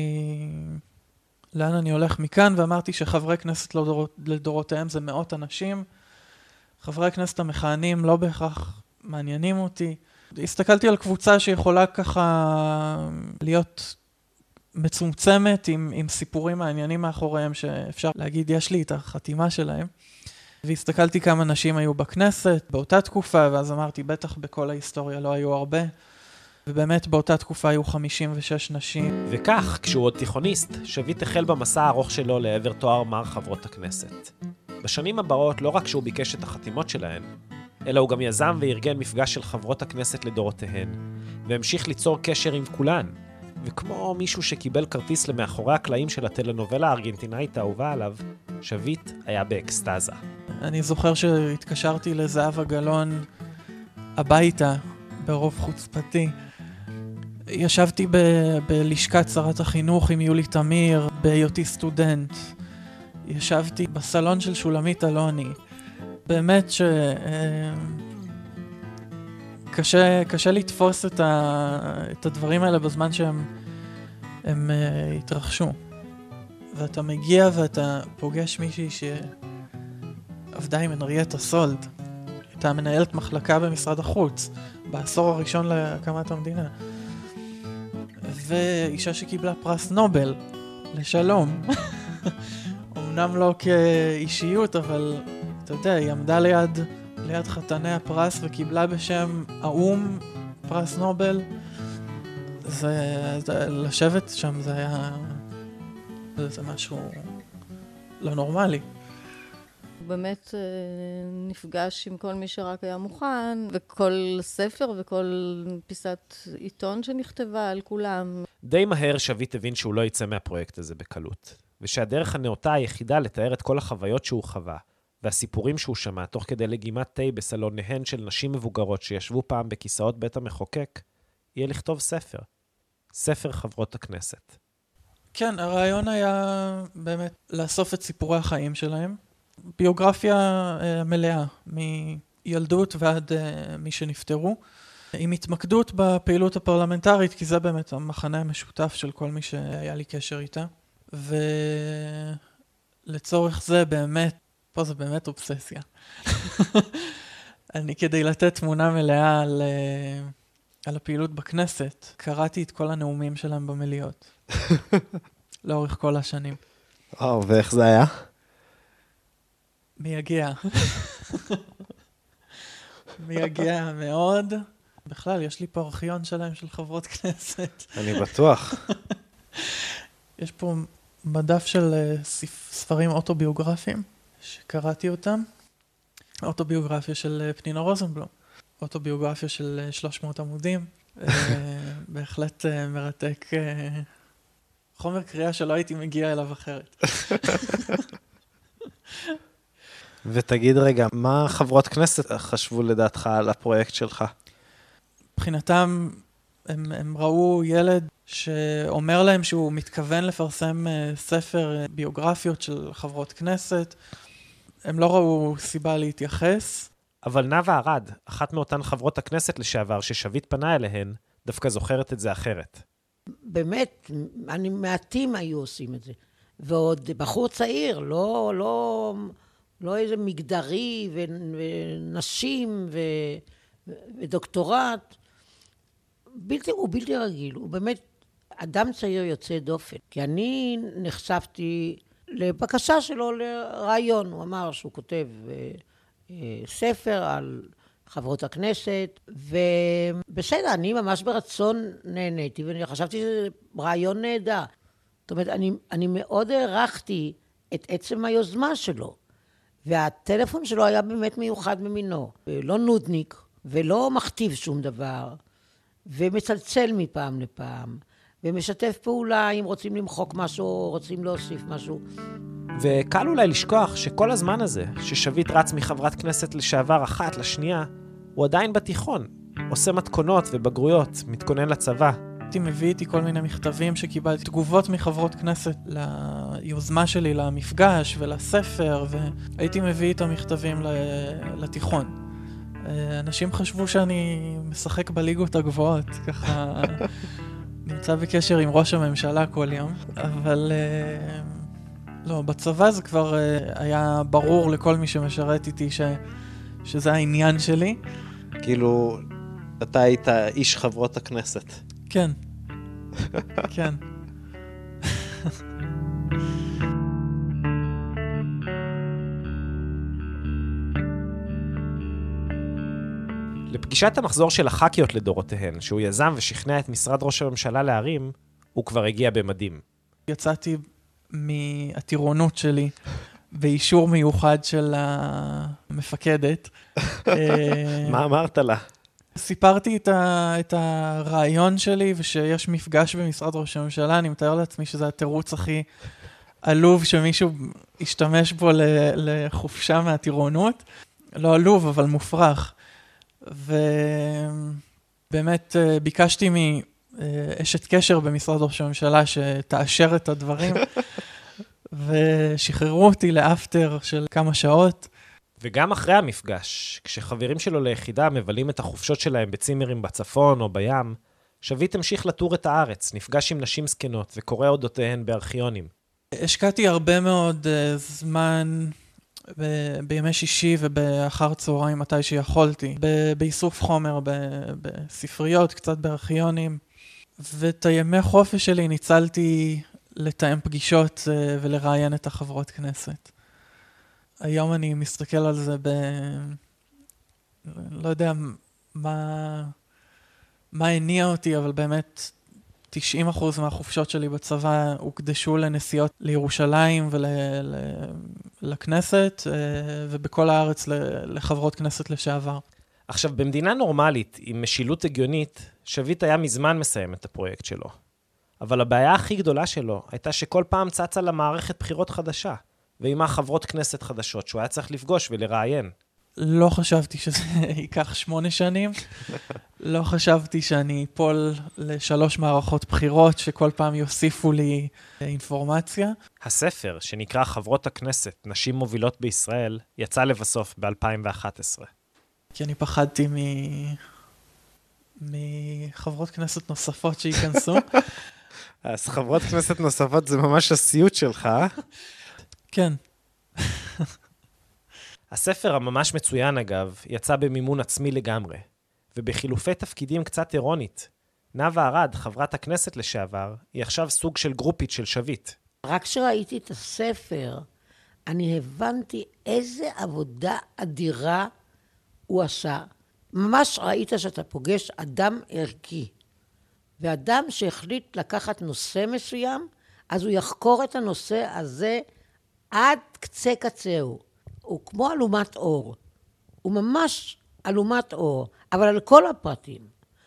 לאן אני הולך מכאן, ואמרתי שחברי כנסת לדורותיהם זה מאות אנשים, חברי הכנסת המכהנים לא בהכרח מעניינים אותי. הסתכלתי על קבוצה שיכולה ככה להיות מצומצמת עם סיפורים מעניינים מאחוריהם שאפשר להגיד יש לי את החתימה שלהם. והסתכלתי כמה נשים היו בכנסת באותה תקופה, ואז אמרתי בטח בכל ההיסטוריה לא היו הרבה. ובאמת באותה תקופה היו 56 נשים. וכך, כשהוא עוד תיכוניסט, שביט החל במסע הארוך שלו לעבר תואר מר חברות הכנסת. בשנים הבאות לא רק שהוא ביקש את החתימות שלהן, אלא הוא גם יזם וארגן מפגש של חברות הכנסת לדורותיהן, והמשיך ליצור קשר עם כולן. וכמו מישהו שקיבל כרטיס למאחורי הקלעים של הטלנובלה הארגנטינאית האהובה עליו, שביט היה באקסטאזה. אני זוכר שהתקשרתי לזהבה גלאון הביתה ברוב חוצפתי. ישבתי בלשכת שרת החינוך עם יולי תמיר, בהיותי סטודנט. ישבתי בסלון של שולמית אלוני. באמת קשה לתפוס את הדברים האלה בזמן שהם התרחשו. ואתה מגיע ואתה פוגש מישהי שעבדה עם הנרייטה סולד. הייתה מנהלת מחלקה במשרד החוץ, בעשור הראשון להקמת המדינה. ואישה שקיבלה פרס נובל לשלום. אמנם לא כאישיות, אבל אתה יודע, היא עמדה ליד חתני הפרס וקיבלה בשם האום פרס נובל. לשבת שם זה היה... זה משהו לא נורמלי. הוא באמת נפגש עם כל מי שרק היה מוכן, וכל ספר וכל פיסת עיתון שנכתבה על כולם. די מהר שביט הבין שהוא לא יצא מהפרויקט הזה בקלות, ושהדרך הנאותה היחידה לתאר את כל החוויות שהוא חווה, והסיפורים שהוא שמע תוך כדי לגימת תה בסלוניהן של נשים מבוגרות שישבו פעם בכיסאות בית המחוקק, יהיה לכתוב ספר. ספר חברות הכנסת. כן, הרעיון היה באמת לאסוף את סיפורי החיים שלהם. ביוגרפיה מלאה, מילדות ועד מי שנפטרו. עם התמקדות בפעילות הפרלמנטרית, כי זה באמת המחנה המשותף של כל מי שהיה לי קשר איתה. ולצורך זה באמת, פה זה באמת אובססיה. אני כדי לתת תמונה מלאה על הפעילות בכנסת, קראתי את כל הנאומים שלהם במליאות. לאורך כל השנים. וואו, ואיך זה היה? מייגע. מייגע מאוד. בכלל, יש לי פה ארכיון שלהם של חברות כנסת. אני בטוח. יש פה מדף של ספרים אוטוביוגרפיים, שקראתי אותם. אוטוביוגרפיה של פנינה רוזנבלום. אוטוביוגרפיה של 300 עמודים. בהחלט מרתק. חומר קריאה שלא הייתי מגיע אליו אחרת. ותגיד רגע, מה חברות כנסת חשבו לדעתך על הפרויקט שלך? מבחינתם, הם ראו ילד שאומר להם שהוא מתכוון לפרסם ספר ביוגרפיות של חברות כנסת. הם לא ראו סיבה להתייחס. אבל נאוה ארד, אחת מאותן חברות הכנסת לשעבר ששביט פנה אליהן, דווקא זוכרת את זה אחרת. באמת, מעטים היו עושים את זה. ועוד בחור צעיר, לא איזה מגדרי ונשים ודוקטורט. הוא בלתי רגיל, הוא באמת אדם צעיר יוצא דופן. כי אני נחשפתי לבקשה שלו לרעיון. הוא אמר שהוא כותב ספר על חברות הכנסת, ובסדר, אני ממש ברצון נהניתי, ואני חשבתי שזה רעיון נהדר. זאת אומרת, אני מאוד הערכתי את עצם היוזמה שלו, והטלפון שלו היה באמת מיוחד ממינו. לא נודניק, ולא מכתיב שום דבר, ומצלצל מפעם לפעם, ומשתף פעולה אם רוצים למחוק משהו, או רוצים להוסיף משהו. וקל אולי לשכוח שכל הזמן הזה, ששביט רץ מחברת כנסת לשעבר אחת לשנייה, הוא עדיין בתיכון, עושה מתכונות ובגרויות, מתכונן לצבא. הייתי מביא איתי כל מיני מכתבים שקיבלתי, תגובות מחברות כנסת ליוזמה שלי, למפגש ולספר, והייתי מביא את המכתבים לתיכון. אנשים חשבו שאני משחק בליגות הגבוהות, ככה נמצא בקשר עם ראש הממשלה כל יום, אבל לא, בצבא זה כבר היה ברור לכל מי שמשרת איתי שזה העניין שלי. כאילו, אתה היית איש חברות הכנסת. כן, כן. לפגישת המחזור של הח"כיות לדורותיהן, שהוא יזם ושכנע את משרד ראש הממשלה להרים, הוא כבר הגיע במדים. יצאתי מהטירונות שלי באישור מיוחד של המפקדת. מה אמרת לה? סיפרתי את הרעיון שלי, ושיש מפגש במשרד ראש הממשלה, אני מתאר לעצמי שזה התירוץ הכי עלוב שמישהו השתמש בו לחופשה מהטירונות. לא עלוב, אבל מופרך. ובאמת ביקשתי מאשת קשר במשרד ראש הממשלה שתאשר את הדברים, ושחררו אותי לאפטר של כמה שעות. וגם אחרי המפגש, כשחברים שלו ליחידה מבלים את החופשות שלהם בצימרים בצפון או בים, שביט המשיך לטור את הארץ, נפגש עם נשים זקנות וקורא אודותיהן בארכיונים. השקעתי הרבה מאוד זמן בימי שישי ובאחר צהריים מתי שיכולתי, באיסוף חומר, בספריות, קצת בארכיונים, ואת הימי חופש שלי ניצלתי לתאם פגישות ולראיין את החברות כנסת. היום אני מסתכל על זה לא יודע מה הניע אותי, אבל באמת 90% מהחופשות שלי בצבא הוקדשו לנסיעות לירושלים ולכנסת, ובכל הארץ לחברות כנסת לשעבר. עכשיו, במדינה נורמלית, עם משילות הגיונית, שביט היה מזמן מסיים את הפרויקט שלו. אבל הבעיה הכי גדולה שלו הייתה שכל פעם צצה למערכת בחירות חדשה, ועימה חברות כנסת חדשות שהוא היה צריך לפגוש ולראיין. לא חשבתי שזה ייקח 8 שנים. לא חשבתי שאני אפול ל3 מערכות בחירות שכל פעם יוסיפו לי אינפורמציה. הספר, שנקרא חברות הכנסת, נשים מובילות בישראל, יצא לבסוף ב-2011. כי אני פחדתי מחברות כנסת נוספות שייכנסו. אז חברות כנסת נוספות זה ממש הסיוט שלך. כן. הספר הממש מצוין אגב, יצא במימון עצמי לגמרי, ובחילופי תפקידים קצת אירונית. נאוה ארד, חברת הכנסת לשעבר, היא עכשיו סוג של גרופית של שביט. רק כשראיתי את הספר, אני הבנתי איזה עבודה אדירה הוא עשה. ממש ראית שאתה פוגש אדם ערכי, ואדם שהחליט לקחת נושא מסוים, אז הוא יחקור את הנושא הזה עד קצה קצהו. הוא כמו אלומת אור. הוא ממש אלומת אור, אבל על כל הפרטים.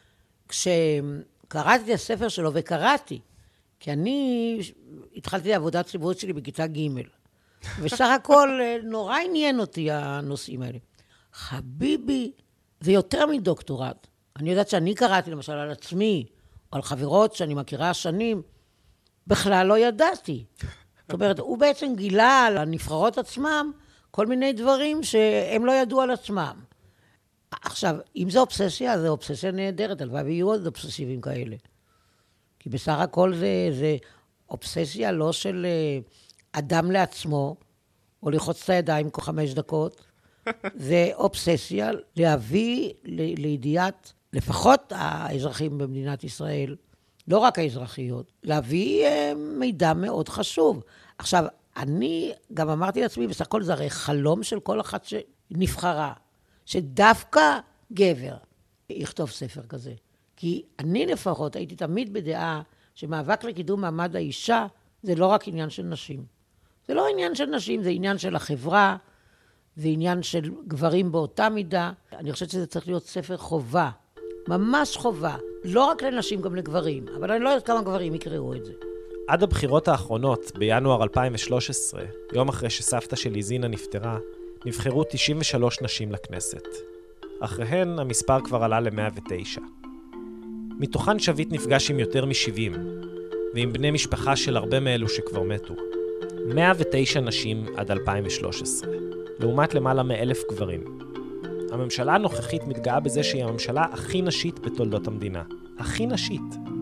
כשקראתי את הספר שלו, וקראתי, כי אני התחלתי לעבודת ציבורית שלי בכיתה ג' וסך הכל נורא עניין אותי הנושאים האלה. חביבי, זה יותר מדוקטורט. אני יודעת שאני קראתי למשל על עצמי, או על חברות שאני מכירה שנים, בכלל לא ידעתי. זאת אומרת, הוא בעצם גילה על הנבחרות עצמם, כל מיני דברים שהם לא ידעו על עצמם. עכשיו, אם זו אובססיה, זו אובססיה נהדרת, הלוואי ויהיו עוד אובססיבים כאלה. כי בסך הכל זה אובססיה לא של אדם לעצמו, או לחוץ את הידיים כל 5 דקות, זה אובססיה להביא לידיעת, לפחות האזרחים במדינת ישראל, לא רק האזרחיות, להביא מידע מאוד חשוב. עכשיו, אני גם אמרתי לעצמי, בסך הכל זה הרי חלום של כל אחת שנבחרה, שדווקא גבר יכתוב ספר כזה. כי אני לפחות הייתי תמיד בדעה שמאבק לקידום מעמד האישה זה לא רק עניין של נשים. זה לא עניין של נשים, זה עניין של החברה, זה עניין של גברים באותה מידה. אני חושבת שזה צריך להיות ספר חובה, ממש חובה, לא רק לנשים, גם לגברים, אבל אני לא יודעת כמה גברים יקראו את זה. עד הבחירות האחרונות, בינואר 2013, יום אחרי שסבתא שלי זינה נפטרה, נבחרו 93 נשים לכנסת. אחריהן המספר כבר עלה ל-109. מתוכן שביט נפגש עם יותר מ-70, ועם בני משפחה של הרבה מאלו שכבר מתו. 109 נשים עד 2013, לעומת למעלה מ1,000 גברים. הממשלה הנוכחית מתגאה בזה שהיא הממשלה הכי נשית בתולדות המדינה. הכי נשית.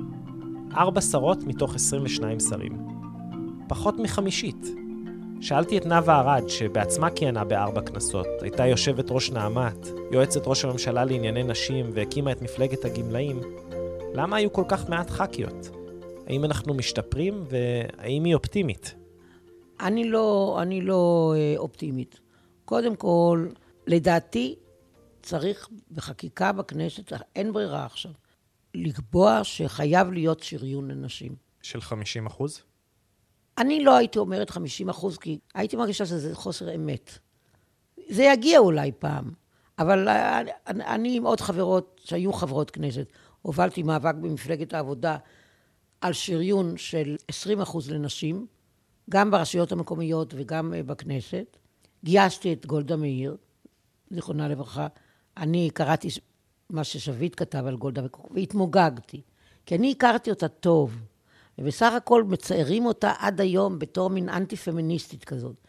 4 שרות מתוך 22 שרים. פחות מ50. שאלתי את נאוה ארד, שבעצמה כיהנה ב4 כנסות, הייתה יושבת ראש נעמת, יועצת ראש הממשלה לענייני נשים, והקימה את מפלגת הגמלאים, למה היו כל כך מעט ח"כיות? האם אנחנו משתפרים, והאם היא אופטימית? אני לא אופטימית. קודם כל, לדעתי, צריך בחקיקה בכנסת, אין ברירה עכשיו, לקבוע שחייב להיות שריון לנשים. של 50%? אני לא הייתי אומרת 50%, כי הייתי מרגישה שזה חוסר אמת. זה יגיע אולי פעם, אבל אני עם עוד חברות שהיו חברות כנסת, הובלתי מאבק במפלגת העבודה על שריון של 20% לנשים, גם ברשויות המקומיות וגם בכנסת. גייסתי את גולדה מאיר, זיכרונה לברכה. אני קראתי מה ששביט כתב על גולדה והתמוגגתי, כי אני הכרתי אותה טוב, ובסך הכל מציירים אותה עד היום בתור מין אנטי-פמיניסטית כזאת.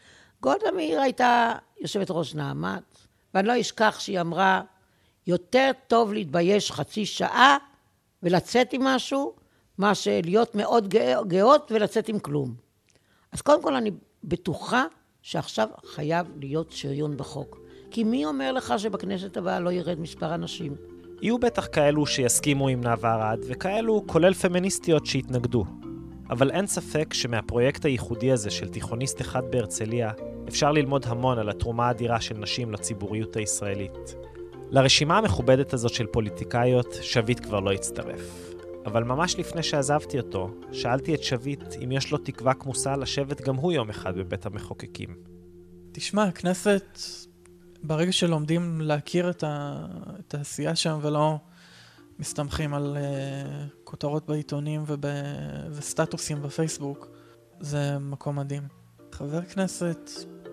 גולדה מאיר הייתה יושבת ראש נעמת, ואני לא אשכח שהיא אמרה, יותר טוב להתבייש חצי שעה ולצאת עם משהו, מה שלהיות מאוד גאות ולצאת עם כלום. אז קודם כל אני בטוחה שעכשיו חייב להיות שריון בחוק. כי מי אומר לך שבכנסת הבאה לא ירד מספר אנשים? יהיו בטח כאלו שיסכימו עם נאוה ארד, וכאלו כולל פמיניסטיות שהתנגדו. אבל אין ספק שמהפרויקט הייחודי הזה של תיכוניסט אחד בהרצליה, אפשר ללמוד המון על התרומה האדירה של נשים לציבוריות הישראלית. לרשימה המכובדת הזאת של פוליטיקאיות, שביט כבר לא הצטרף. אבל ממש לפני שעזבתי אותו, שאלתי את שביט אם יש לו תקווה כמוסה לשבת גם הוא יום אחד בבית המחוקקים. תשמע, הכנסת, ברגע שלומדים להכיר את העשייה שם ולא מסתמכים על כותרות בעיתונים וסטטוסים בפייסבוק, זה מקום מדהים. חבר כנסת,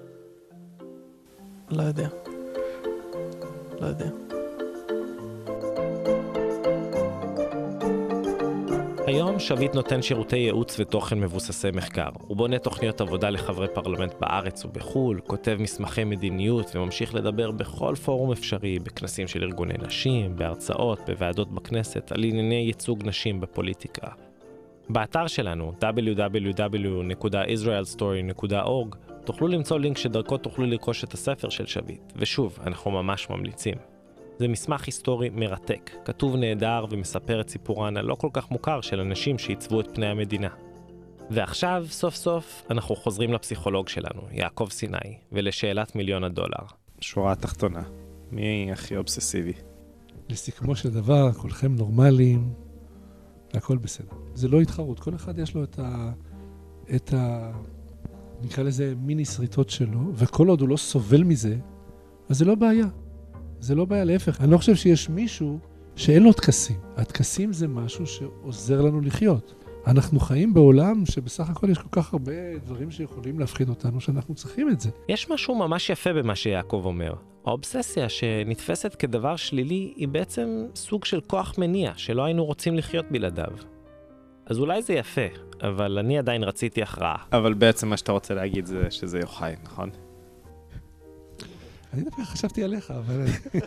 לא יודע. היום שביט נותן שירותי ייעוץ ותוכן מבוססי מחקר. הוא בונה תוכניות עבודה לחברי פרלמנט בארץ ובחול, כותב מסמכי מדיניות וממשיך לדבר בכל פורום אפשרי, בכנסים של ארגוני נשים, בהרצאות, בוועדות בכנסת, על ענייני ייצוג נשים בפוליטיקה. באתר שלנו, www.israelstory.org, תוכלו למצוא לינק שדרכו תוכלו לרכוש את הספר של שביט. ושוב, אנחנו ממש ממליצים. זה מסמך היסטורי מרתק, כתוב נהדר ומספר את סיפורן הלא כל כך מוכר של אנשים שעיצבו את פני המדינה. ועכשיו, סוף סוף, אנחנו חוזרים לפסיכולוג שלנו, יעקב סיני, ולשאלת $1,000,000. שורה התחתונה, מי הכי אובססיבי? לסיכמו של דבר, כולכם נורמליים, והכל בסדר. זה לא התחרות, כל אחד יש לו את ה... נקרא לזה מיני שריטות שלו, וכל עוד הוא לא סובל מזה, אז זה לא בעיה. זה לא בעיה, להפך. אני לא חושב שיש מישהו שאין לו תקסים. התקסים זה משהו שעוזר לנו לחיות. אנחנו חיים בעולם שבסך הכל יש כל כך הרבה דברים שיכולים להפחיד אותנו שאנחנו צריכים את זה. יש משהו ממש יפה במה שיעקב אומר. האובססיה שנתפסת כדבר שלילי היא בעצם סוג של כוח מניע שלא היינו רוצים לחיות בלעדיו. אז אולי זה יפה, אבל אני עדיין רציתי הכרעה. אבל בעצם מה שאתה רוצה להגיד זה שזה יוחאי, נכון? אני דווקא חשבתי עליך, אבל...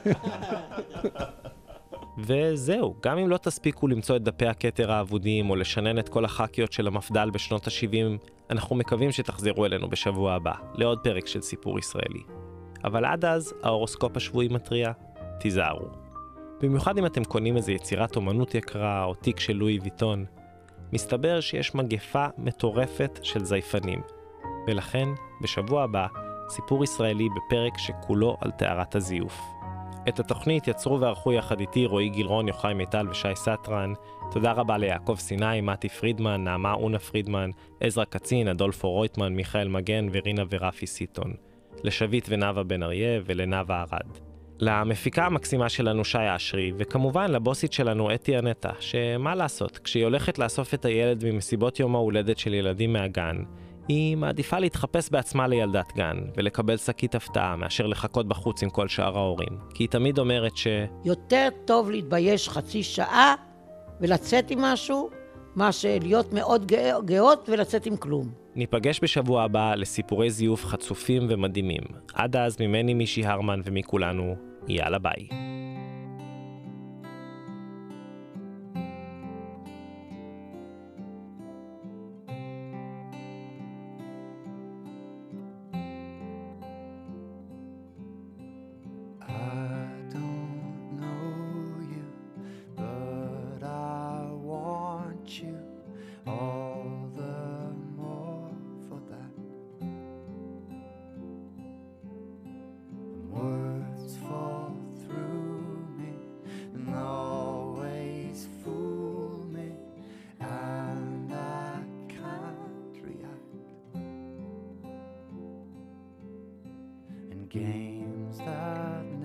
וזהו, גם אם לא תספיקו למצוא את דפי הכתר האבודים או לשנן את כל הח"כיות של המפד"ל בשנות ה-70, אנחנו מקווים שתחזרו אלינו בשבוע הבא, לעוד פרק של סיפור ישראלי. אבל עד אז, ההורוסקופ השבועי מטריע, תיזהרו. במיוחד אם אתם קונים איזו יצירת אומנות יקרה או תיק של לואי ויטון, מסתבר שיש מגפה מטורפת של זייפנים. ולכן, בשבוע הבא, סיפור ישראלי בפרק שכולו על תארת הזיוף. את התוכנית יצרו וערכו יחד איתי רועי גילרון, יוחאי מיטל ושי סטרן. תודה רבה ליעקב סיני, מתי פרידמן, נעמה אונה פרידמן, עזרא קצין, אדולפו רויטמן, מיכאל מגן ורינה ורפי סיטון. לשביט ונאווה בן אריה ולנאווה ארד. למפיקה המקסימה שלנו שי אשרי, וכמובן לבוסית שלנו אתי אנטה, שמה לעשות, כשהיא הולכת לאסוף את הילד ממסיבות יום ההולדת של ילדים מהגן, היא מעדיפה להתחפש בעצמה לילדת גן, ולקבל שקית הפתעה מאשר לחכות בחוץ עם כל שאר ההורים. כי היא תמיד אומרת יותר טוב להתבייש חצי שעה ולצאת עם משהו, מה שלהיות מאוד גאות ולצאת עם כלום. ניפגש בשבוע הבא לסיפורי זיוף חצופים ומדהימים. עד אז ממני מישי הרמן ומכולנו, יאללה ביי. Games that